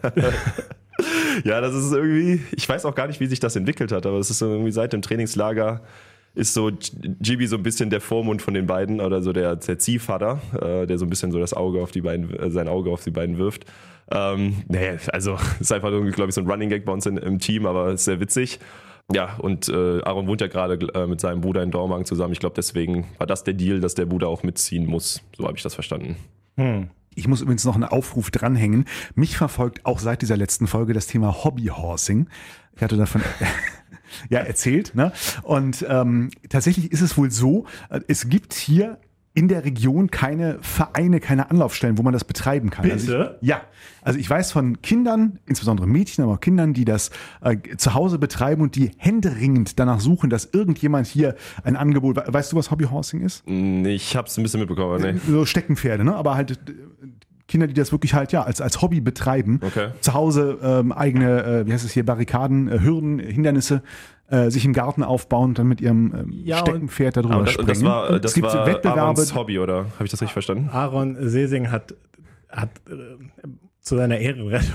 ja, das ist irgendwie, ich weiß auch gar nicht, wie sich das entwickelt hat, aber es ist so irgendwie seit dem Trainingslager ist so G B so ein bisschen der Vormund von den beiden oder so der, der Ziehvater, äh, der so ein bisschen so das Auge auf die beiden, äh, sein Auge auf die beiden wirft. Ähm, nee, also ist einfach irgendwie, glaube ich, so ein Running Gag bei uns in, im Team, aber ist sehr witzig. Ja, und äh, Aaron wohnt ja gerade äh, mit seinem Bruder in Dormagen zusammen. Ich glaube, deswegen war das der Deal, dass der Bruder auch mitziehen muss. So habe ich das verstanden. hm. Ich muss übrigens noch einen Aufruf dranhängen. Mich verfolgt auch seit dieser letzten Folge das Thema Hobbyhorsing. Ich hatte davon ja erzählt. Ne? Und ähm, tatsächlich ist es wohl so, es gibt hier in der Region keine Vereine, keine Anlaufstellen, wo man das betreiben kann. Bitte? Also ich, ja, also ich weiß von Kindern, insbesondere Mädchen, aber auch Kindern, die das äh, zu Hause betreiben und die händeringend danach suchen, dass irgendjemand hier ein Angebot, weißt du, was Hobbyhorsing ist? Ich habe es ein bisschen mitbekommen, aber nee. So Steckenpferde, ne? Aber halt Kinder, die das wirklich halt ja als, als Hobby betreiben. Okay. Zu Hause ähm, eigene, äh, wie heißt es hier, Barrikaden, äh, Hürden, Hindernisse äh, sich im Garten aufbauen und dann mit ihrem ähm, Ja, Steckenpferd darüber Aber das, springen. das war, das es gibt war Wettbewerbe. Aarons Hobby, oder? Habe ich das richtig verstanden? Aaron Sesing hat, hat äh, zu seiner Ehrenrettung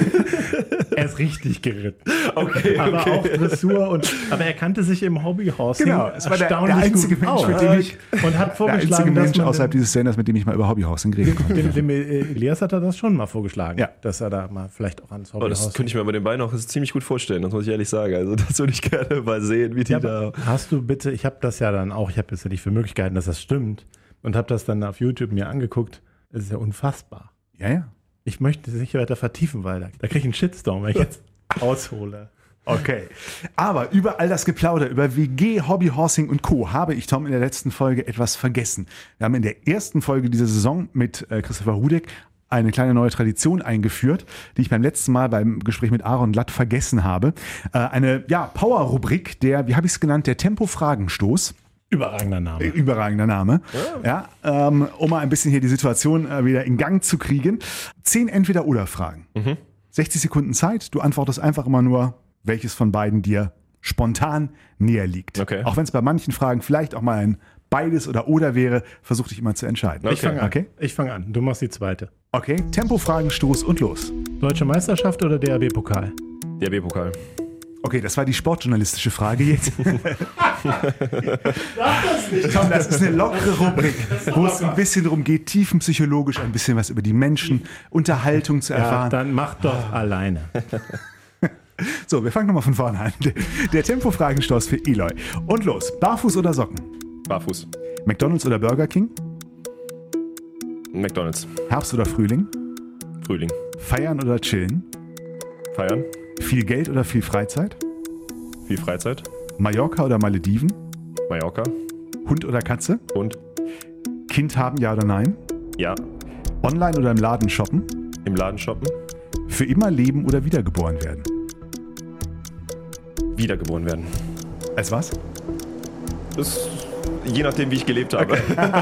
er ist richtig geritten. Okay, aber okay. auch Dressur und aber er kannte sich im Hobbyhorsing Genau, es war der, der erstaunlich einzige gut Mensch, aus. mit dem ich und hat der vorgeschlagen, einzige dass Mensch man außerhalb dieses Senders, mit dem ich mal über Hobbyhorsing reden konnte. dem, dem Elias hat er das schon mal vorgeschlagen, Ja. dass er da mal vielleicht auch ans Oh, das Hobbyhorsing. könnte ich mir bei den beiden auch ziemlich gut vorstellen, das muss ich ehrlich sagen. Also das würde ich gerne mal sehen, wie die Ja, da... aber hast du bitte, ich habe das ja dann auch, ich habe jetzt ja nicht für Möglichkeiten, dass das stimmt und habe das dann auf YouTube mir angeguckt. Es ist ja unfassbar. Ja, ja. Ich möchte es nicht weiter vertiefen, weil da, da kriege ich einen Shitstorm, wenn ich jetzt aushole. Okay. Aber über all das Geplauder, über W G, Hobbyhorsing und Co. habe ich, Tom, in der letzten Folge etwas vergessen. Wir haben in der ersten Folge dieser Saison mit äh, Christopher Rudek eine kleine neue Tradition eingeführt, die ich beim letzten Mal beim Gespräch mit Aaron glatt vergessen habe. Äh, eine ja, Power-Rubrik, der, wie habe ich es genannt, der Tempo-Fragenstoß. Überragender Name. Überragender Name. Ja, ähm, um mal ein bisschen hier die Situation äh, wieder in Gang zu kriegen. Zehn Entweder-Oder-Fragen. Mhm. sechzig Sekunden Zeit. Du antwortest einfach immer nur, welches von beiden dir spontan näher liegt. Okay. Auch wenn es bei manchen Fragen vielleicht auch mal ein beides oder oder wäre, versuch dich immer zu entscheiden. Ich fange an. Okay? Ich fange an. Du machst die zweite. Okay, Tempofragen, Stoß und los. Deutsche Meisterschaft oder D R B-Pokal? D R B-Pokal. Okay, das war die sportjournalistische Frage jetzt. Tom, das ist eine lockere Rubrik, wo es ein bisschen darum geht, tiefenpsychologisch ein bisschen was über die Menschen, Unterhaltung zu Ja, erfahren. dann mach doch alleine. So, wir fangen nochmal von vorne an. Der Tempofragenstoß für Eloy. Und los, Barfuß oder Socken? Barfuß. McDonald's oder Burger King? McDonald's. Herbst oder Frühling? Frühling. Feiern oder chillen? Feiern. Viel Geld oder viel Freizeit? Viel Freizeit. Mallorca oder Malediven? Mallorca. Hund oder Katze? Und Kind haben, ja oder nein? ja, Online oder im Laden shoppen? im Laden shoppen. Für immer leben oder wiedergeboren werden? Wiedergeboren werden. Als was? Das, je nachdem, wie ich gelebt habe.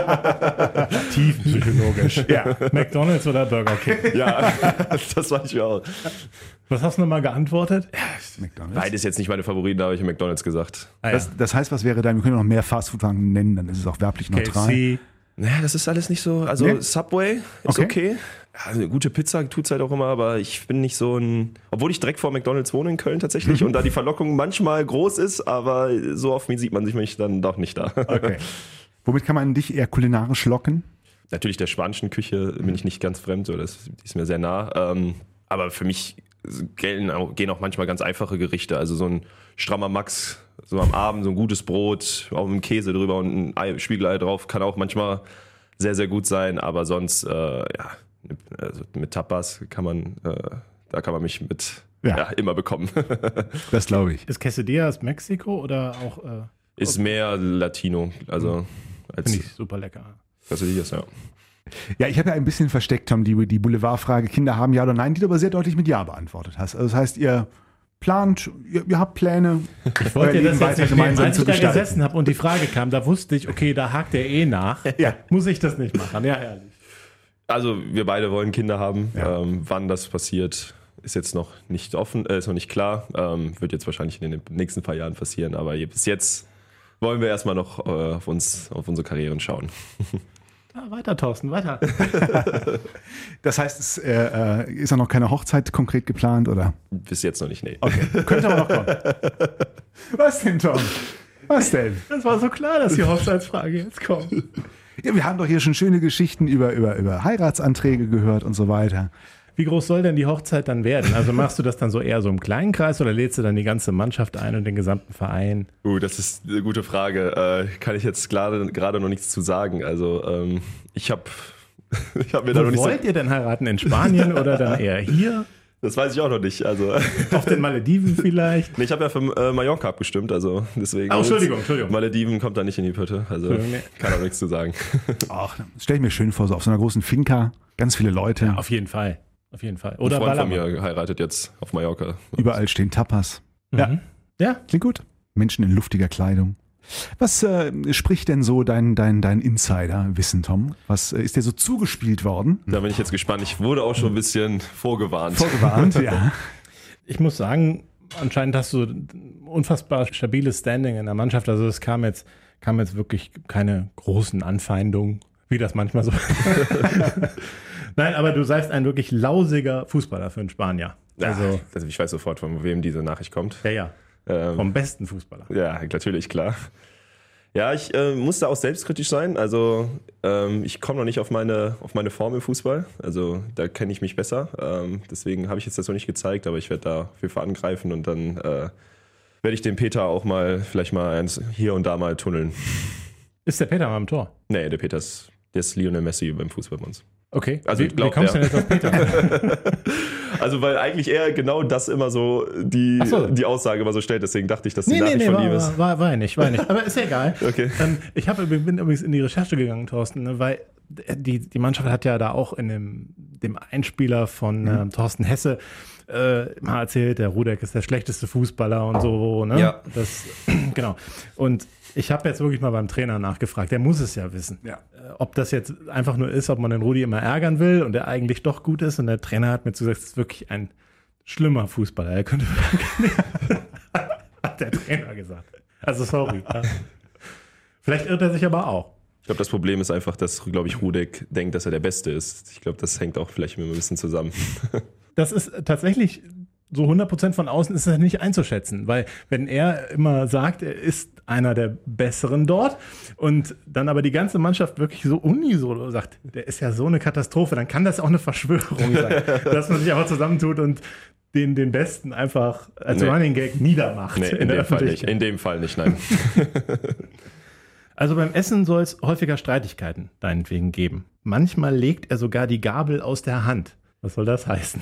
Tiefenpsychologisch. Ja. McDonald's oder Burger King? Ja, das weiß ich auch. Was hast du nochmal geantwortet? McDonald's. Beides jetzt nicht meine Favoriten, da habe ich McDonald's gesagt. Ah, ja. Das, das heißt, was wäre dein, wir können noch mehr Fastfood-Wagen nennen, dann ist es auch werblich neutral. K F C. Naja, das ist alles nicht so. Also Nee? Subway ist Okay. okay. Ja, eine gute Pizza tut's halt auch immer, aber ich bin nicht so ein. Obwohl ich direkt vor McDonald's wohne in Köln tatsächlich und da die Verlockung manchmal groß ist, aber so oft sieht man sich mich dann doch nicht da. Okay. Womit kann man dich eher kulinarisch locken? Natürlich der spanischen Küche bin ich nicht ganz fremd, so, das die ist mir sehr nah. Ähm, aber für mich gelten auch, gehen auch manchmal ganz einfache Gerichte. Also so ein strammer Max, so am Abend so ein gutes Brot, auch mit einem Käse drüber und ein Ei, Spiegelei drauf, kann auch manchmal sehr, sehr gut sein. Aber sonst, äh, ja, also mit Tapas kann man, äh, da kann man mich mit Ja. ja. immer bekommen. Das glaube ich. Ist Quesadillas Mexiko oder auch, äh, Ist mehr Latino, also als finde ich super lecker. das ist ja. Ja, ich habe ja ein bisschen versteckt, Tom, die, die Boulevardfrage, Kinder haben, ja oder nein, die du aber sehr deutlich mit Ja beantwortet hast. Also das heißt, ihr plant, ihr, ihr habt Pläne, Ich wollte euer dir Leben das jetzt weiter nicht nehmen. gemeinsam Als zu ich da gestalten. gesessen habe und die Frage kam, da wusste ich, okay, da hakt er eh nach. Ja. Muss ich das nicht machen? Ja, ehrlich. Also wir beide wollen Kinder haben. Ja. Ähm, wann das passiert, ist jetzt noch nicht offen, äh, ist noch nicht klar. Ähm, wird jetzt wahrscheinlich in den nächsten paar Jahren passieren. Aber bis jetzt wollen wir erstmal noch äh, auf uns, auf unsere Karrieren schauen. Ja, weiter, Thorsten, weiter. Das heißt, es äh, äh, ist ja noch keine Hochzeit konkret geplant, oder? Bis jetzt noch nicht, nee. Okay, könnte aber noch kommen. Was denn, Tom? Was denn? Das war so klar, dass die Hochzeitsfrage jetzt kommt. Ja, wir haben doch hier schon schöne Geschichten über, über, über Heiratsanträge gehört und so weiter. Wie groß soll denn die Hochzeit dann werden? Also machst du das dann so eher so im kleinen Kreis oder lädst du dann die ganze Mannschaft ein und den gesamten Verein? Uh, das ist eine gute Frage. Äh, kann ich jetzt gerade gerade noch nichts zu sagen. Also ähm, ich habe ich hab mir da noch Wo nicht so, wollt ihr denn heiraten? In Spanien oder dann eher hier? das weiß ich auch noch nicht. Also Auf den Malediven vielleicht? nee, ich habe ja für äh, Mallorca abgestimmt, also deswegen. Oh, Entschuldigung, Entschuldigung. Malediven kommt da nicht in die Pötte. Also Entschuldigung, nee. kann auch nichts zu sagen. Ach, das stelle ich mir schön vor, so auf so einer großen Finca, ganz viele Leute, Auf jeden Fall. Auf jeden Fall. Ein Oder Freund von Ballermann. mir heiratet jetzt auf Mallorca. überall stehen Tapas. Ja, Mhm. Ja, klingt gut. Menschen in luftiger Kleidung. Was äh, spricht denn so dein, dein, dein Insider-Wissen, Tom? Was äh, ist dir so zugespielt worden? Da bin ich jetzt gespannt. Ich wurde auch schon ein bisschen vorgewarnt. Vorgewarnt, ja. ich muss sagen, anscheinend hast du ein unfassbar stabiles Standing in der Mannschaft. Also es kam jetzt, kam jetzt wirklich keine großen Anfeindungen, wie das manchmal so. Nein, aber du seist ein wirklich lausiger Fußballer für einen Spanier. Also, Also, also ich weiß sofort, von wem diese Nachricht kommt. ja, ja, Ähm, vom besten Fußballer. ja, natürlich, klar. Ja, ich äh, musste auch selbstkritisch sein. Also ähm, ich komme noch nicht auf meine, auf meine Form im Fußball. Also da kenne ich mich besser. Ähm, deswegen habe ich jetzt das noch nicht gezeigt, aber ich werde da auf jeden Fall angreifen und dann äh, werde ich den Peter auch mal vielleicht mal eins hier und da mal tunneln. Ist der Peter mal im Tor? Nee, der Peter ist, der ist Lionel Messi beim Fußball bei uns. Okay. Also wie, ich glaub, wie kommst du der- denn jetzt auf Peter? Also weil eigentlich er genau das immer so die, Ach so. die Aussage immer so stellt. Deswegen dachte ich, dass die Nee, nee, Nachricht nee, von war, ihm ist. war, war, war nicht, war nicht. Aber ist ja egal. Okay. Ähm, ich hab, bin übrigens in die Recherche gegangen, Thorsten, ne, weil die, die Mannschaft hat ja da auch in dem, dem Einspieler von ähm, Thorsten Hesse äh, mal erzählt, der Rudek ist der schlechteste Fußballer und so. Ne? Ja. Das, genau. Und ich habe jetzt wirklich mal beim Trainer nachgefragt. Der muss es ja wissen. Ja. Äh, ob das jetzt einfach nur ist, ob man den Rudi immer ärgern will und der eigentlich doch gut ist. Und der Trainer hat mir gesagt, es ist wirklich ein schlimmer Fußballer. Er könnte hat der Trainer gesagt. Also sorry. Ja. Vielleicht irrt er sich aber auch. Ich glaube, das Problem ist einfach, dass, glaube ich, Rudek denkt, dass er der Beste ist. Ich glaube, das hängt auch vielleicht mit ein bisschen zusammen. Das ist tatsächlich so hundert Prozent von außen ist das nicht einzuschätzen, weil wenn er immer sagt, er ist einer der Besseren dort und dann aber die ganze Mannschaft wirklich so unisono sagt, der ist ja so eine Katastrophe, dann kann das auch eine Verschwörung sein, dass man sich einfach zusammentut und den, den Besten einfach als Nee. Running Gag niedermacht. Nee, in, in der dem Fall nicht. Öffentlichkeit. In dem Fall nicht, nein. Also beim Essen soll es häufiger Streitigkeiten deinetwegen geben. Manchmal legt er sogar die Gabel aus der Hand. Was soll das heißen?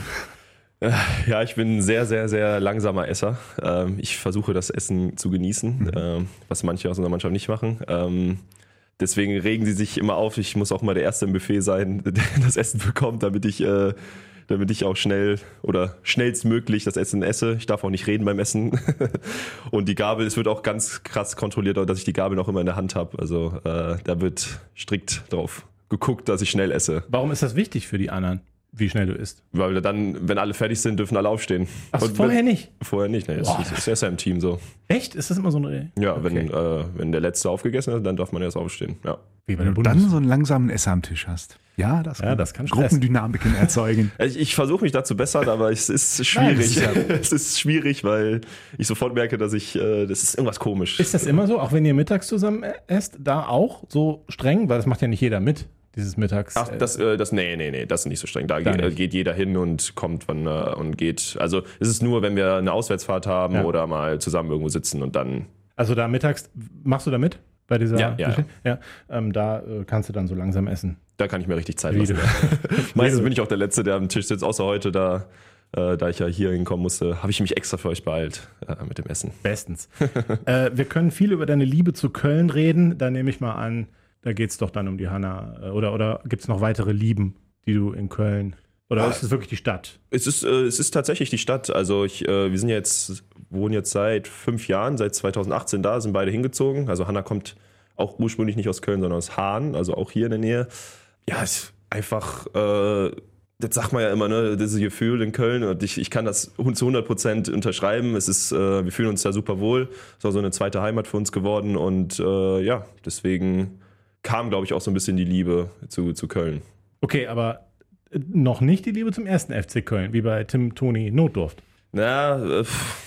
Ja, ich bin ein sehr, sehr, sehr langsamer Esser. Ähm, ich versuche das Essen zu genießen, Mhm. ähm, was manche aus unserer Mannschaft nicht machen. Ähm, deswegen regen sie sich immer auf. Ich muss auch mal der Erste im Buffet sein, der das Essen bekommt, damit ich, äh, damit ich auch schnell oder schnellstmöglich das Essen esse. Ich darf auch nicht reden beim Essen. Und die Gabel, es wird auch ganz krass kontrolliert, dass ich die Gabel noch immer in der Hand habe. Also äh, da wird strikt drauf geguckt, dass ich schnell esse. Warum ist das wichtig für die anderen, wie schnell du isst? Weil dann, wenn alle fertig sind, dürfen alle aufstehen. Ach, Und vorher wenn, nicht? Vorher nicht, ne? Das Boah. ist, das ist ja im Team so. Echt? Ist das immer so eine... Ja, wenn, Okay. äh, wenn der Letzte aufgegessen hat, dann darf man erst aufstehen. Ja. Wie bei Wenn der du dann Bundes- so einen langsamen Esser am Tisch hast. Ja, das, Ja, das kann Stress. Gruppendynamiken erzeugen. Ich, ich versuche mich da zu bessern, aber es ist Nein, schwierig. das ist es ist schwierig, weil ich sofort merke, dass ich, äh, das ist irgendwas komisch. Ist das immer so, auch wenn ihr mittags zusammen esst, da auch so streng? Weil das macht ja nicht jeder mit, dieses Mittags. Ach, das, äh, das, nee, nee, nee, das ist nicht so streng. Da Da geht, nicht. geht jeder hin und kommt wann, äh, und geht. Also es ist nur, wenn wir eine Auswärtsfahrt haben Ja. oder mal zusammen irgendwo sitzen und dann. Also da mittags, machst du da mit? Bei dieser Ja, ja, ja. ja ähm, da äh, kannst du dann so langsam essen. Da kann ich mir richtig Zeit Wie lassen. du- Meistens bin ich auch der Letzte, der am Tisch sitzt, außer heute, da, äh, da ich ja hier hinkommen musste, habe ich mich extra für euch beeilt äh, mit dem Essen. Bestens. äh, wir können viel über deine Liebe zu Köln reden. Da nehme ich mal an, da geht es doch dann um die Hanna. Äh, Oder, oder gibt es noch weitere Lieben, die du in Köln... Oder Ah. ist es wirklich die Stadt? Es ist, äh, es ist tatsächlich die Stadt. Also ich, äh, wir sind jetzt, wohnen jetzt seit fünf Jahren, seit zweitausendachtzehn da, sind beide hingezogen. Also Hanna kommt auch ursprünglich nicht aus Köln, sondern aus Hahn, also auch hier in der Nähe. Ja, es ist einfach, äh, das sagt man ja immer, ne, dieses Gefühl in Köln, und ich, ich kann das zu hundert Prozent unterschreiben. Es ist, äh, wir fühlen uns da super wohl. Es ist auch so eine zweite Heimat für uns geworden und äh, ja, deswegen kam, glaube ich, auch so ein bisschen die Liebe zu, zu Köln. Okay, aber äh, noch nicht die Liebe zum ersten F C Köln, wie bei Tim Toni Notdurft. Na, äh,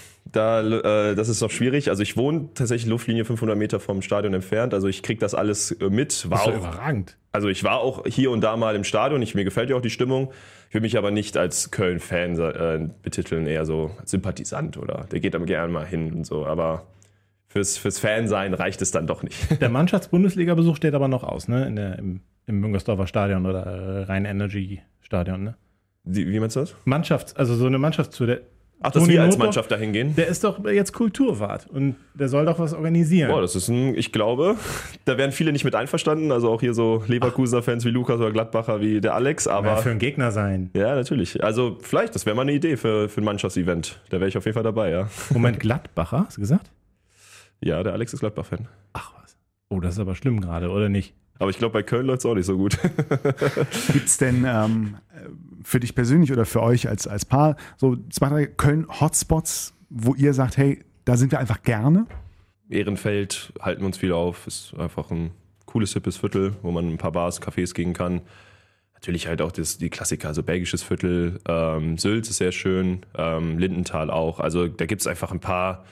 da, äh, das ist noch schwierig. Also ich wohne tatsächlich Luftlinie fünfhundert Meter vom Stadion entfernt. Also ich kriege das alles äh, mit. War Das ist doch auch, überragend. also ich war auch hier und da mal im Stadion. Ich, mir gefällt ja auch die Stimmung. Ich will mich aber nicht als Köln-Fan äh, betiteln, eher so als Sympathisant oder der geht dann gerne mal hin und so. Aber fürs, fürs Fansein reicht es dann doch nicht. Der Mannschafts-Bundesliga-Besuch steht aber noch aus, ne? In der, im, im Müngersdorfer Stadion oder äh, Rhein-Energy-Stadion, ne? Wie, wie meinst du das? Mannschafts-, also so eine Mannschaftstour. Der, Ach, dass Toni wir als Notdurft, Mannschaft dahin gehen? Der ist doch jetzt Kulturwart und der soll doch was organisieren. Boah, das ist ein, ich glaube, da werden viele nicht mit einverstanden. Also auch hier so Leverkusener Fans wie Lukas oder Gladbacher wie der Alex. Kann Aber ja für einen Gegner sein. ja, natürlich. Also vielleicht, das wäre mal eine Idee für, für ein Mannschaftsevent. Da wäre ich auf jeden Fall dabei, ja. Moment, Gladbacher, hast du gesagt? Ja, der Alex ist Gladbach-Fan. Ach was. Oh, das ist aber schlimm gerade, oder nicht? Aber ich glaube, bei Köln läuft es auch nicht so gut. Gibt es denn ähm, für dich persönlich oder für euch als, als Paar so zwei, drei Köln-Hotspots, wo ihr sagt, hey, da sind wir einfach gerne? Ehrenfeld halten wir uns viel auf. Ist einfach ein cooles, hippes Viertel, wo man ein paar Bars, Cafés gehen kann. Natürlich halt auch das, die Klassiker, also belgisches Viertel. Ähm, Sülz ist sehr schön, ähm, Lindenthal auch. Also da gibt es einfach ein paar,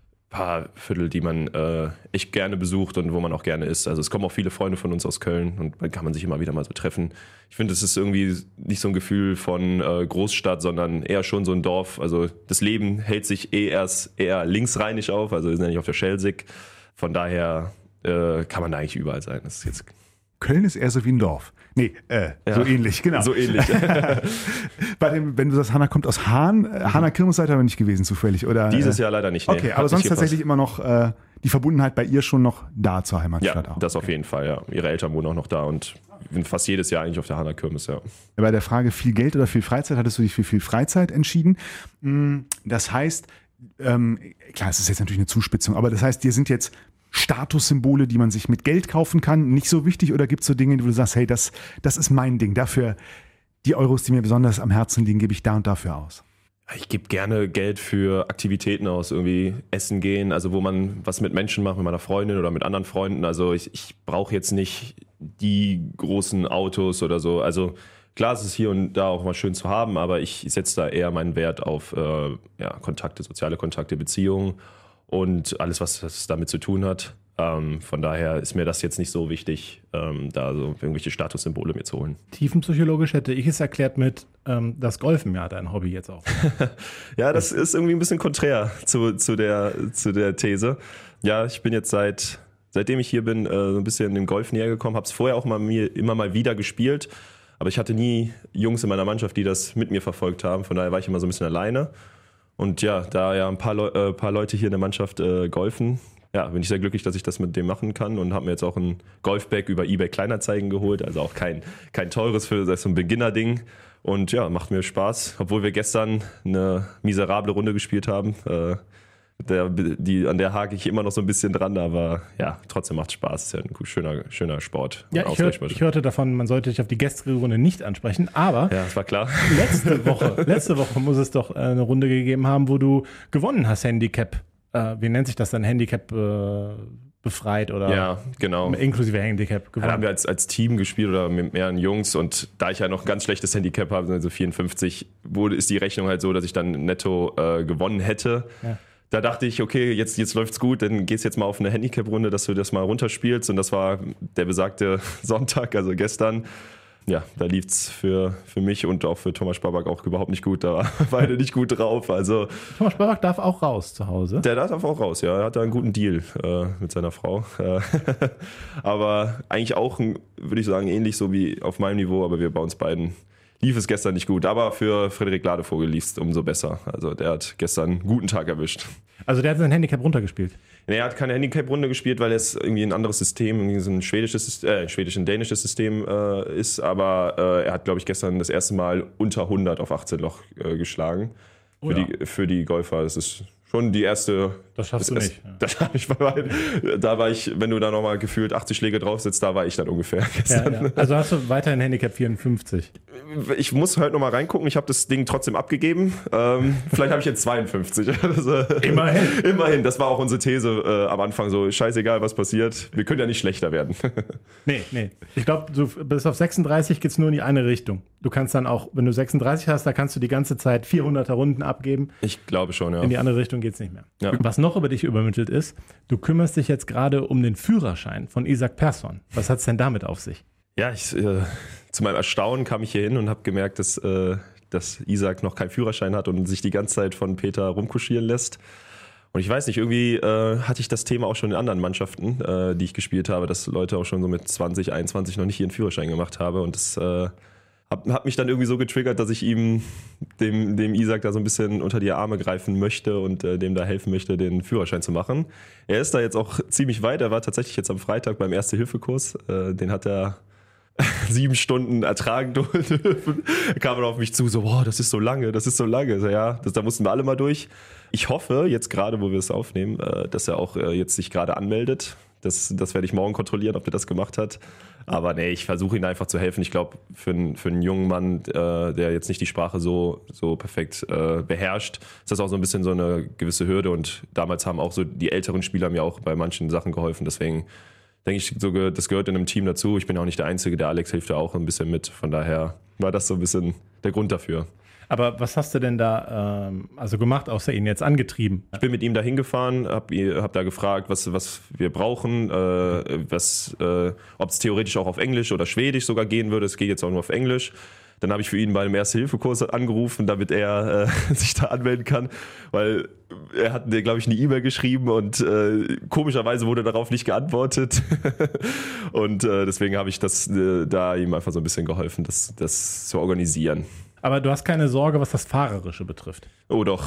paar Viertel, die man äh, echt gerne besucht und wo man auch gerne ist. Also es kommen auch viele Freunde von uns aus Köln und dann kann man sich immer wieder mal so treffen. Ich finde, es ist irgendwie nicht so ein Gefühl von äh, Großstadt, sondern eher schon so ein Dorf. Also das Leben hält sich eh erst eher linksrheinisch auf, also wir sind ja nicht auf der Schelsig. Von daher äh, kann man da eigentlich überall sein. Das ist jetzt Köln ist eher so wie ein Dorf. Nee, äh, Ja. so ähnlich, genau. so ähnlich. Bei dem, wenn du sagst, Hanna kommt aus Hahn, äh, Hanna Kirmes seid ihr aber nicht gewesen zufällig, oder? Dieses äh, Jahr leider nicht. nee. Okay, Hat aber nicht sonst gepasst. tatsächlich immer noch äh, die Verbundenheit bei ihr schon noch da zur Ja, Heimatstadt auch. das auf jeden Fall, ja. Ihre Eltern wohnen auch noch da und wir sind fast jedes Jahr eigentlich auf der Hanna Kirmes, ja. Bei der Frage viel Geld oder viel Freizeit hattest du dich für viel Freizeit entschieden. Mm, Das heißt, ähm, klar, es ist jetzt natürlich eine Zuspitzung, aber das heißt, dir sind jetzt Statussymbole, die man sich mit Geld kaufen kann, nicht so wichtig, oder gibt es so Dinge, wo du sagst, hey, das, das ist mein Ding, dafür die Euros, die mir besonders am Herzen liegen, gebe ich da und dafür aus? Ich gebe gerne Geld für Aktivitäten aus, irgendwie essen gehen, also wo man was mit Menschen macht, mit meiner Freundin oder mit anderen Freunden. Also ich, ich brauche jetzt nicht die großen Autos oder so. Also klar, es ist hier und da auch mal schön zu haben, aber ich setze da eher meinen Wert auf äh, ja, Kontakte, soziale Kontakte, Beziehungen und alles, was das damit zu tun hat. Ähm, von daher ist mir das jetzt nicht so wichtig, ähm, da so irgendwelche Statussymbole mir zu holen. Tiefenpsychologisch hätte ich es erklärt mit, ähm, das Golfen ja dein Hobby jetzt auch. Ja, das ist irgendwie ein bisschen konträr zu, zu, der, zu der These. Ja, ich bin jetzt seit, seitdem ich hier bin, äh, so ein bisschen dem Golf näher gekommen, habe es vorher auch mal mir immer mal wieder gespielt, aber ich hatte nie Jungs in meiner Mannschaft, die das mit mir verfolgt haben, von daher war ich immer so ein bisschen alleine. Und ja, da ja ein paar, Le- äh, paar Leute hier in der Mannschaft äh, golfen, ja, bin ich sehr glücklich, dass ich das mit dem machen kann und habe mir jetzt auch ein Golfbag über eBay Kleinanzeigen geholt, also auch kein, kein teures, für das ist so ein Beginner-Ding und ja, macht mir Spaß, obwohl wir gestern eine miserable Runde gespielt haben, äh, der, die, an der hake ich immer noch so ein bisschen dran, aber ja, trotzdem macht es Spaß, ist ja ein schöner, schöner Sport. Ja, ich, hör, ich hörte davon, man sollte dich auf die gestrige Runde nicht ansprechen, aber ja, das war klar. Letzte Woche, letzte Woche muss es doch eine Runde gegeben haben, wo du gewonnen hast, Handicap. Äh, wie nennt sich das dann? Handicap äh, befreit oder ja, genau. Inklusive Handicap gewonnen? Ja, da haben wir als, als Team gespielt oder mit mehreren Jungs und da ich ja noch ein ganz schlechtes Handicap habe, also vierundfünfzig, wurde, ist die Rechnung halt so, dass ich dann netto äh, gewonnen hätte. Ja. Da dachte ich, okay, jetzt, jetzt läuft's gut, dann gehst jetzt mal auf eine Handicap-Runde, dass du das mal runterspielst und das war der besagte Sonntag, also gestern. Ja, da lief's für, für mich und auch für Thomas Spabak auch überhaupt nicht gut. Da war beide nicht gut drauf. Also, Thomas Spabak darf auch raus zu Hause? Der darf auch raus, ja. Er hat da einen guten Deal äh, mit seiner Frau. Aber eigentlich auch, würde ich sagen, ähnlich so wie auf meinem Niveau. Aber wir bei uns beiden lief es gestern nicht gut. Aber für Frederik Ladevogel lief es umso besser. Also der hat gestern einen guten Tag erwischt. Also der hat sein Handicap runtergespielt? Nee, er hat keine Handicap-Runde gespielt, weil es irgendwie ein anderes System, irgendwie so ein schwedisches, äh, schwedisch und dänisches System äh, ist. Aber äh, er hat, glaube ich, gestern das erste Mal unter hundert auf achtzehn Loch äh, geschlagen. Oh, für, ja. die, für die Golfer. Das ist schon die erste. Das schaffst das, du nicht. Ja. Das schaff ich bei meinen, da war ich, wenn du da nochmal gefühlt achtzig Schläge drauf sitzt, da war ich dann ungefähr. Ja, ja. Also hast du weiterhin Handicap vierundfünfzig? Ich muss heute nochmal reingucken. Ich habe das Ding trotzdem abgegeben. Ähm, vielleicht habe ich jetzt zweiundfünfzig. Also, immerhin. Immerhin. Das war auch unsere These äh, am Anfang so, scheißegal, was passiert. Wir können ja nicht schlechter werden. Nee, nee. Ich glaube, du bis auf sechsunddreißig geht's nur in die eine Richtung. Du kannst dann auch, wenn du sechsunddreißig hast, da kannst du die ganze Zeit vierhunderter Runden abgeben. Ich glaube schon, ja. In die andere Richtung geht's nicht mehr. Ja. Was noch über dich übermittelt ist, du kümmerst dich jetzt gerade um den Führerschein von Isaac Persson. Was hat's denn damit auf sich? Ja, ich, äh, zu meinem Erstaunen kam ich hier hin und habe gemerkt, dass, äh, dass Isaac noch keinen Führerschein hat und sich die ganze Zeit von Peter rumkuschieren lässt. Und ich weiß nicht, irgendwie äh, hatte ich das Thema auch schon in anderen Mannschaften, äh, die ich gespielt habe, dass Leute auch schon so mit zwanzig, einundzwanzig noch nicht ihren Führerschein gemacht haben. Und das äh, hat, hat mich dann irgendwie so getriggert, dass ich ihm, dem, dem Isaac da so ein bisschen unter die Arme greifen möchte und äh, dem da helfen möchte, den Führerschein zu machen. Er ist da jetzt auch ziemlich weit. Er war tatsächlich jetzt am Freitag beim Erste-Hilfe-Kurs. Äh, den hat er sieben Stunden ertragen dürfen. Da kam er auf mich zu, so, boah, das ist so lange, das ist so lange. So, ja, das, da mussten wir alle mal durch. Ich hoffe, jetzt gerade, wo wir es aufnehmen, äh, dass er auch äh, jetzt sich gerade anmeldet. Das, das werde ich morgen kontrollieren, ob er das gemacht hat. Aber nee, ich versuche ihm einfach zu helfen. Ich glaube, für, für einen jungen Mann, äh, der jetzt nicht die Sprache so, so perfekt äh, beherrscht, ist das auch so ein bisschen so eine gewisse Hürde. Und damals haben auch so die älteren Spieler mir auch bei manchen Sachen geholfen. Deswegen denke ich, so, das gehört in einem Team dazu. Ich bin auch nicht der Einzige, der Alex hilft ja auch ein bisschen mit. Von daher war das so ein bisschen der Grund dafür. Aber was hast du denn da ähm, also gemacht, außer ihn jetzt angetrieben? Ich bin mit ihm da hingefahren, habe hab da gefragt, was, was wir brauchen, äh, was, äh, ob es theoretisch auch auf Englisch oder Schwedisch sogar gehen würde. Es geht jetzt auch nur auf Englisch. Dann habe ich für ihn bei einem Erste-Hilfe-Kurs angerufen, damit er äh, sich da anmelden kann, weil er hat mir, glaube ich, eine E-Mail geschrieben und äh, komischerweise wurde darauf nicht geantwortet. Und äh, deswegen habe ich das äh, da ihm einfach so ein bisschen geholfen, das, das zu organisieren. Aber du hast keine Sorge, was das Fahrerische betrifft. Oh doch.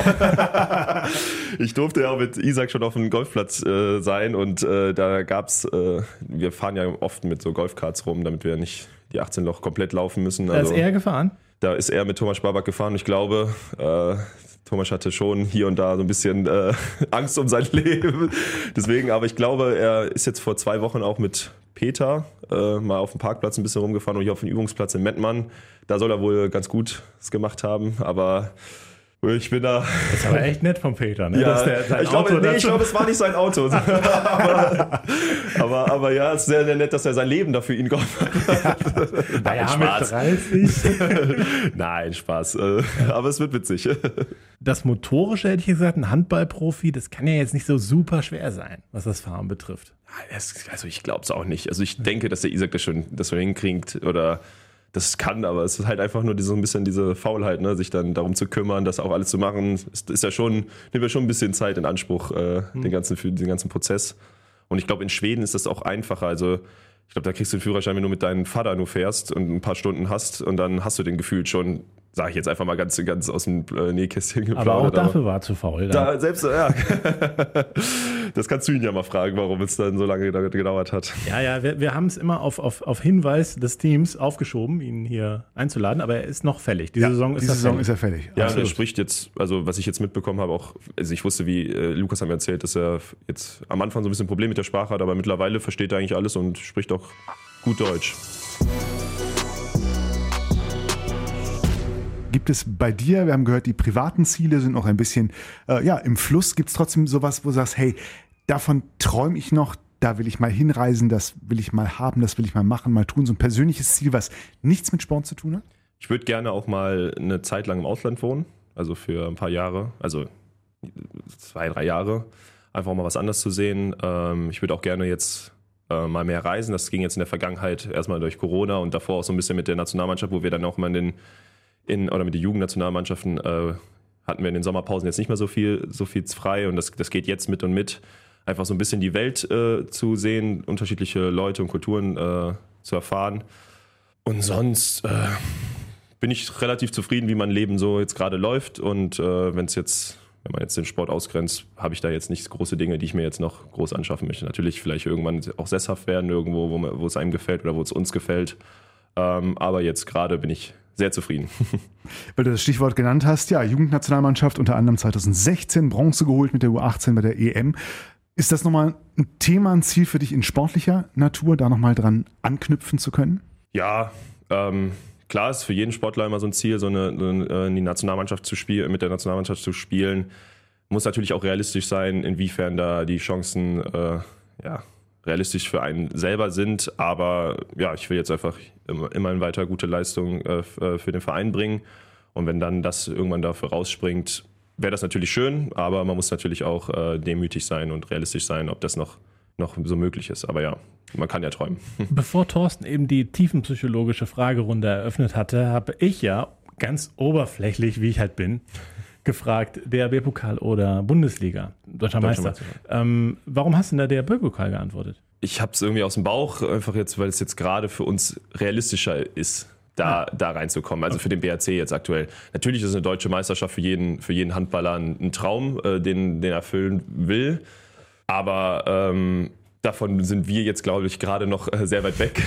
Ich durfte ja auch mit Isaac schon auf dem Golfplatz äh, sein und äh, da gab's, äh, wir fahren ja oft mit so Golfkarts rum, damit wir nicht die achtzehn Loch komplett laufen müssen. Da also, ist er gefahren? Da ist er mit Thomas Spabak gefahren und ich glaube, äh, Thomas hatte schon hier und da so ein bisschen äh, Angst um sein Leben. Deswegen, aber ich glaube, er ist jetzt vor zwei Wochen auch mit Peter äh, mal auf dem Parkplatz ein bisschen rumgefahren und hier auf dem Übungsplatz in Mettmann. Da soll er wohl ganz gut es gemacht haben, aber Ich bin da. Das ist aber echt nett vom Peter, ne? Ja, Dass der sein ich glaube, Auto nee, dazu- ich glaube, es war nicht sein Auto. aber, aber, aber ja, es ist sehr, sehr nett, dass er sein Leben dafür ihn geopfert hat. Naja, Nein, mit Spaß. dreißig. Nein, Spaß. Äh, Aber es wird witzig. Das Motorische, hätte ich gesagt, ein Handballprofi, das kann ja jetzt nicht so super schwer sein, was das Fahren betrifft. Es- Also ich glaube es auch nicht. Also ich denke, dass der Isaac das schon, das schon hinkriegt oder das kann, aber es ist halt einfach nur so ein bisschen diese Faulheit, ne? Sich dann darum zu kümmern, das auch alles zu machen. Es ist ja schon, nimmt ja schon ein bisschen Zeit in Anspruch, äh, den ganzen, für den ganzen Prozess. Und ich glaube, in Schweden ist das auch einfacher. Also ich glaube, da kriegst du den Führerschein, wenn du mit deinem Vater nur fährst und ein paar Stunden hast und dann hast du den gefühlt schon, sage ich jetzt einfach mal ganz, ganz aus dem äh, Nähkästchen geplaudert. Aber auch dafür war er zu faul. Da. Da, selbst, ja. Das kannst du ihn ja mal fragen, warum es dann so lange gedauert hat. Ja, ja, wir, wir haben es immer auf, auf, auf Hinweis des Teams aufgeschoben, ihn hier einzuladen, aber er ist noch fällig. Diese Saison ist Diese er Saison fällig. ist er fertig. Ja, und er Absolut. spricht jetzt, also was ich jetzt mitbekommen habe, auch, also ich wusste, wie äh, Lukas hat mir erzählt, dass er jetzt am Anfang so ein bisschen Problem mit der Sprache hat, aber mittlerweile versteht er eigentlich alles und spricht auch gut Deutsch. Gibt es bei dir, wir haben gehört, die privaten Ziele sind noch ein bisschen äh, ja, im Fluss. Gibt es trotzdem sowas, wo du sagst, hey, davon träume ich noch, da will ich mal hinreisen, das will ich mal haben, das will ich mal machen, mal tun. So ein persönliches Ziel, was nichts mit Sport zu tun hat? Ich würde gerne auch mal eine Zeit lang im Ausland wohnen, also für ein paar Jahre, also zwei, drei Jahre, einfach mal was anderes zu sehen. Ähm, ich würde auch gerne jetzt äh, mal mehr reisen. Das ging jetzt in der Vergangenheit erstmal durch Corona und davor auch so ein bisschen mit der Nationalmannschaft, wo wir dann auch mal in den In, oder mit den Jugendnationalmannschaften äh, hatten wir in den Sommerpausen jetzt nicht mehr so viel, so viel frei und das, das geht jetzt mit und mit. Einfach so ein bisschen die Welt äh, zu sehen, unterschiedliche Leute und Kulturen äh, zu erfahren. Und sonst äh, bin ich relativ zufrieden, wie mein Leben so jetzt gerade läuft. Und äh, wenn es jetzt, wenn man jetzt den Sport ausgrenzt, habe ich da jetzt nicht große Dinge, die ich mir jetzt noch groß anschaffen möchte. Natürlich vielleicht irgendwann auch sesshaft werden, irgendwo, wo, man, wo es einem gefällt oder wo es uns gefällt. Ähm, aber jetzt gerade bin ich sehr zufrieden. Weil du das Stichwort genannt hast, ja, Jugendnationalmannschaft unter anderem zwanzig sechzehn Bronze geholt mit der U achtzehn bei der E M. Ist das nochmal ein Thema, ein Ziel für dich in sportlicher Natur, da nochmal dran anknüpfen zu können? Ja, ähm, klar ist für jeden Sportler immer so ein Ziel, so eine, eine, in die Nationalmannschaft zu spielen, mit der Nationalmannschaft zu spielen. Muss natürlich auch realistisch sein, inwiefern da die Chancen äh, ja, realistisch für einen selber sind. Aber ja, ich will jetzt einfach immer, immerhin weiter gute Leistungen äh, für den Verein bringen. Und wenn dann das irgendwann dafür rausspringt, wäre das natürlich schön. Aber man muss natürlich auch äh, demütig sein und realistisch sein, ob das noch, noch so möglich ist. Aber ja, man kann ja träumen. Bevor Thorsten eben die tiefenpsychologische Fragerunde eröffnet hatte, habe ich ja ganz oberflächlich, wie ich halt bin, gefragt, D R B-Pokal oder Bundesliga, Deutscher Deutscher Meister. Ähm, warum hast du denn da D R B-Pokal geantwortet? Ich habe es irgendwie aus dem Bauch, einfach jetzt, weil es jetzt gerade für uns realistischer ist, da, da reinzukommen. Also für den B R C jetzt aktuell. Natürlich ist eine deutsche Meisterschaft für jeden, für jeden Handballer ein, ein Traum, äh, den, den er erfüllen will. Aber ähm, davon sind wir jetzt, glaube ich, gerade noch äh, sehr weit weg.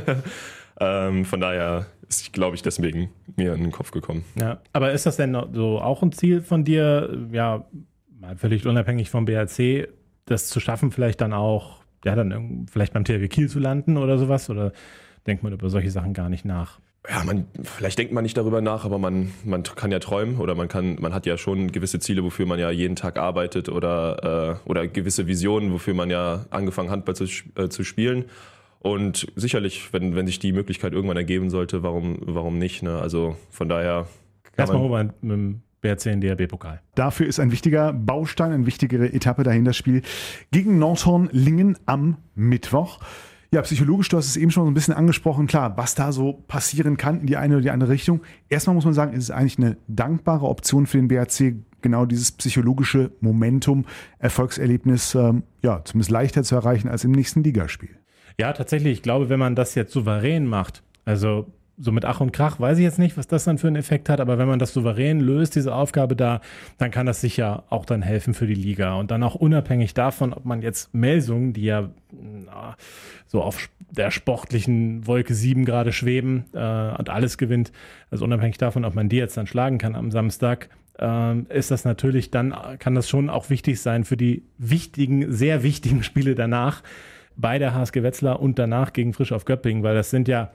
ähm, von daher ist, glaube ich, deswegen mir in den Kopf gekommen. Ja, aber ist das denn noch so auch ein Ziel von dir, ja, mal völlig unabhängig vom B R C, das zu schaffen, vielleicht dann auch, ja, dann irgend- vielleicht beim T H W Kiel zu landen oder sowas? Oder denkt man über solche Sachen gar nicht nach? Ja, man, vielleicht denkt man nicht darüber nach, aber man, man kann ja träumen oder man kann, man hat ja schon gewisse Ziele, wofür man ja jeden Tag arbeitet oder, äh, oder gewisse Visionen, wofür man ja angefangen Handball zu, äh, zu spielen. Und sicherlich, wenn, wenn sich die Möglichkeit irgendwann ergeben sollte, warum, warum nicht? Ne? Also von daher kann Erstmal man, holen wir mit dem B R C den D R B-Pokal. Dafür ist ein wichtiger Baustein, eine wichtigere Etappe dahin das Spiel gegen Nordhorn-Lingen am Mittwoch. Ja, psychologisch, du hast es eben schon so ein bisschen angesprochen, klar, was da so passieren kann in die eine oder die andere Richtung. Erstmal muss man sagen, ist es eigentlich eine dankbare Option für den B R C, genau dieses psychologische Momentum, Erfolgserlebnis, ähm, ja, zumindest leichter zu erreichen als im nächsten Ligaspiel. Ja, tatsächlich, ich glaube, wenn man das jetzt souverän macht, also so mit Ach und Krach, weiß ich jetzt nicht, was das dann für einen Effekt hat, aber wenn man das souverän löst, diese Aufgabe da, dann kann das sicher auch dann helfen für die Liga. Und dann auch unabhängig davon, ob man jetzt Melsungen, die ja na, so auf der sportlichen Wolke sieben gerade schweben äh, und alles gewinnt, also unabhängig davon, ob man die jetzt dann schlagen kann am Samstag, äh, ist das natürlich dann, kann das schon auch wichtig sein für die wichtigen, sehr wichtigen Spiele danach, bei der H S G Wetzlar und danach gegen Frisch auf Göppingen, weil das sind ja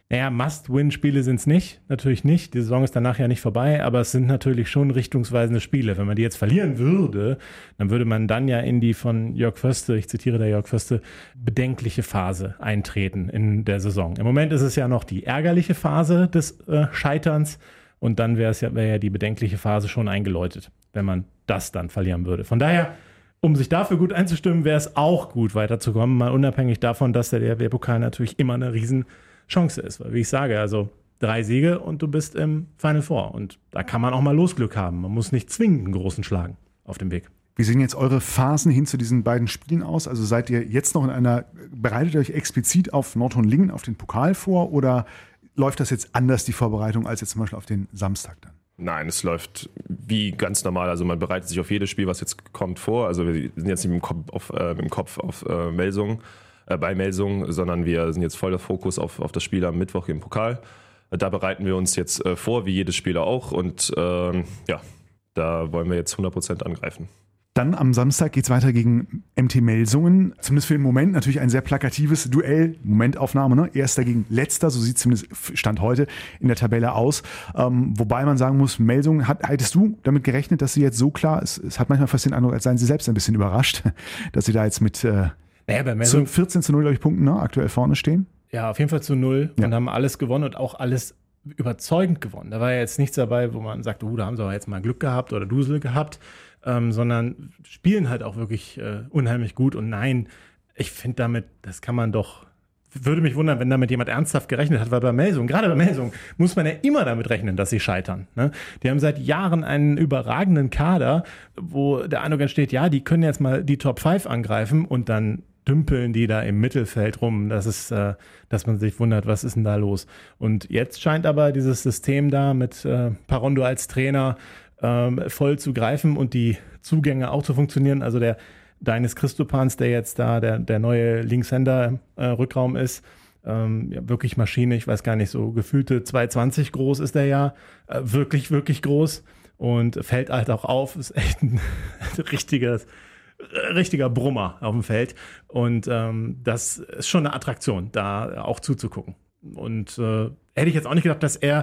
Naja, Must-Win-Spiele sind es nicht, natürlich nicht. Die Saison ist danach ja nicht vorbei, aber es sind natürlich schon richtungsweisende Spiele. Wenn man die jetzt verlieren würde, dann würde man dann ja in die von Jörg Förste, ich zitiere der Jörg Förste, bedenkliche Phase eintreten in der Saison. Im Moment ist es ja noch die ärgerliche Phase des äh, Scheiterns und dann wäre es ja, wär ja die bedenkliche Phase schon eingeläutet, wenn man das dann verlieren würde. Von daher, um sich dafür gut einzustimmen, wäre es auch gut weiterzukommen, mal unabhängig davon, dass der D F B-Pokal natürlich immer eine riesen Chance ist, weil wie ich sage, also drei Siege und du bist im Final Four und da kann man auch mal Losglück haben. Man muss nicht zwingend einen großen schlagen auf dem Weg. Wie sehen jetzt eure Phasen hin zu diesen beiden Spielen aus? Also seid ihr jetzt noch in einer, bereitet ihr euch explizit auf Nordhorn-Lingen, auf den Pokal vor oder läuft das jetzt anders, die Vorbereitung, als jetzt zum Beispiel auf den Samstag dann? Nein, es läuft wie ganz normal. Also man bereitet sich auf jedes Spiel, was jetzt kommt, vor. Also wir sind jetzt nicht mit dem Kopf auf, äh, mit dem Kopf auf äh, Melsungen. bei Melsungen, sondern wir sind jetzt voll der Fokus auf, auf das Spiel am Mittwoch im Pokal. Da bereiten wir uns jetzt äh, vor, wie jedes Spieler auch und ähm, ja, da wollen wir jetzt hundert Prozent angreifen. Dann am Samstag geht es weiter gegen M T Melsungen. Zumindest für den Moment natürlich ein sehr plakatives Duell. Momentaufnahme, ne? Erster gegen Letzter, so sieht zumindest Stand heute in der Tabelle aus. Ähm, wobei man sagen muss, Melsungen, hat, hättest du damit gerechnet, dass sie jetzt so klar, es, es hat manchmal fast den Eindruck, als seien sie selbst ein bisschen überrascht, dass sie da jetzt mit äh, Naja, bei Melsungen vierzehn zu null, glaube ich, Punkten, ne, aktuell vorne stehen. Ja, auf jeden Fall zu null ja. und haben alles gewonnen und auch alles überzeugend gewonnen. Da war ja jetzt nichts dabei, wo man sagt, oh, da haben sie aber jetzt mal Glück gehabt oder Dusel gehabt, ähm, sondern spielen halt auch wirklich äh, unheimlich gut. Und nein, ich finde damit, das kann man doch, würde mich wundern, wenn damit jemand ernsthaft gerechnet hat, weil bei Melsungen, gerade bei Melsungen, muss man ja immer damit rechnen, dass sie scheitern. Ne? Die haben seit Jahren einen überragenden Kader, wo der Eindruck entsteht, ja, die können jetzt mal die Top fünf angreifen und dann dümpeln die da im Mittelfeld rum. Das ist, äh, dass man sich wundert, was ist denn da los? Und jetzt scheint aber dieses System da mit äh, Parondo als Trainer ähm, voll zu greifen und die Zugänge auch zu funktionieren. Also der Denis Christopans, der jetzt da der, der neue Linkshänder äh, Rückraum ist, ähm, ja, wirklich Maschine. Ich weiß gar nicht, so gefühlte zwei zwanzig groß ist der ja. Äh, wirklich, wirklich groß und fällt halt auch auf. Ist echt ein richtiges richtiger Brummer auf dem Feld und ähm, das ist schon eine Attraktion, da auch zuzugucken. Und äh, hätte ich jetzt auch nicht gedacht, dass er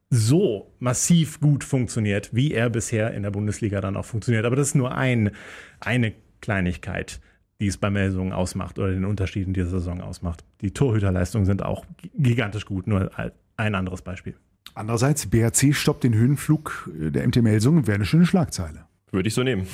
so massiv gut funktioniert, wie er bisher in der Bundesliga dann auch funktioniert. Aber das ist nur ein, eine Kleinigkeit, die es bei Melsungen ausmacht oder den Unterschied in dieser Saison ausmacht. Die Torhüterleistungen sind auch gigantisch gut, nur ein anderes Beispiel. Andererseits, B R C stoppt den Höhenflug der M T Melsungen, wäre eine schöne Schlagzeile. Würde ich so nehmen.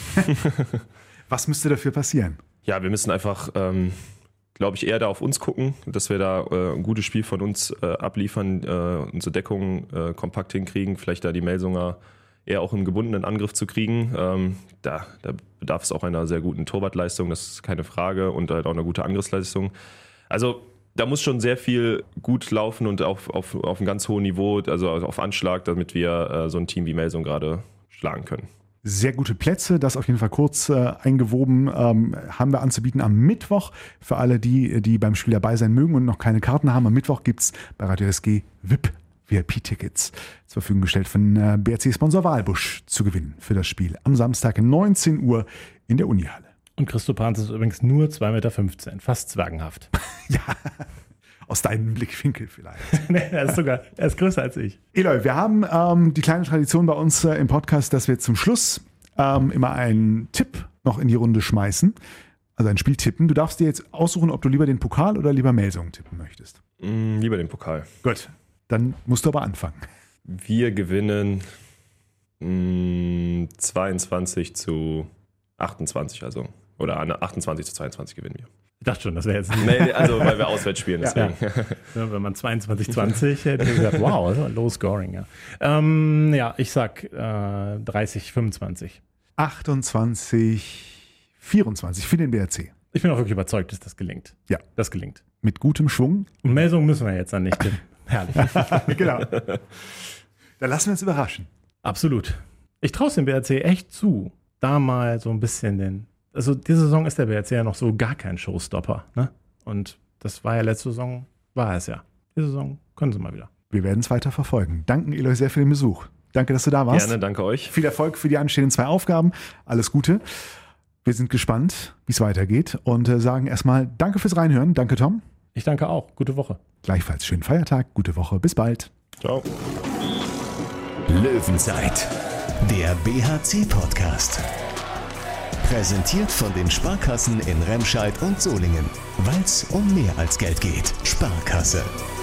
Was müsste dafür passieren? Ja, wir müssen einfach, ähm, glaube ich, eher da auf uns gucken, dass wir da äh, ein gutes Spiel von uns äh, abliefern, äh, unsere Deckung äh, kompakt hinkriegen, vielleicht da die Melsunger eher auch im gebundenen Angriff zu kriegen. Ähm, da, da bedarf es auch einer sehr guten Torwartleistung, das ist keine Frage, und halt auch eine gute Angriffsleistung. Also da muss schon sehr viel gut laufen und auf, auf, auf einem ganz hohen Niveau, also auf Anschlag, damit wir äh, so ein Team wie Melsung gerade schlagen können. Sehr gute Plätze, das auf jeden Fall kurz äh, eingewoben, ähm, haben wir anzubieten am Mittwoch. Für alle die, die beim Spiel dabei sein mögen und noch keine Karten haben, am Mittwoch gibt es bei Radio S G V I P, V I P-Tickets zur Verfügung gestellt von äh, B R C-Sponsor Walbusch zu gewinnen für das Spiel am Samstag neunzehn Uhr in der Unihalle. Und Christopans ist übrigens nur zwei Meter fünfzehn, fast zwergenhaft. Ja, aus deinem Blickwinkel vielleicht. Nee, er ist sogar, er ist größer als ich. Eloy, wir haben ähm, die kleine Tradition bei uns äh, im Podcast, dass wir zum Schluss ähm, immer einen Tipp noch in die Runde schmeißen. Also ein Spiel tippen. Du darfst dir jetzt aussuchen, ob du lieber den Pokal oder lieber Melsungen tippen möchtest. Mm, lieber den Pokal. Gut, dann musst du aber anfangen. Wir gewinnen mh, zweiundzwanzig zu achtundzwanzig, also. Oder achtundzwanzig zu zweiundzwanzig gewinnen wir. Ich dachte schon, das wäre jetzt... Nee, also weil wir auswärts spielen, deswegen. Ja, ja. Wenn man zweiundzwanzig zwanzig hätte ich gesagt, wow, das war low scoring. Ja, ähm, ja ich sag äh, dreißig fünfundzwanzig. achtundzwanzig vierundzwanzig für den B R C. Ich bin auch wirklich überzeugt, dass das gelingt. Ja. Das gelingt. Mit gutem Schwung. Und Melsungen müssen wir jetzt dann nicht. Herrlich. Genau. Da lassen wir uns überraschen. Absolut. Ich traue es dem B R C echt zu, da mal so ein bisschen den... Also diese Saison ist der B R C ja noch so gar kein Showstopper. Ne? Und das war ja letzte Saison, war es ja. Diese Saison können sie mal wieder. Wir werden es weiter verfolgen. Danken Eloy sehr für den Besuch. Danke, dass du da warst. Gerne, danke euch. Viel Erfolg für die anstehenden zwei Aufgaben. Alles Gute. Wir sind gespannt, wie es weitergeht und äh, sagen erstmal danke fürs Reinhören. Danke, Tom. Ich danke auch. Gute Woche. Gleichfalls schönen Feiertag, gute Woche, bis bald. Ciao. Löwenzeit, der B H C-Podcast. Präsentiert von den Sparkassen in Remscheid und Solingen. Weil es um mehr als Geld geht. Sparkasse.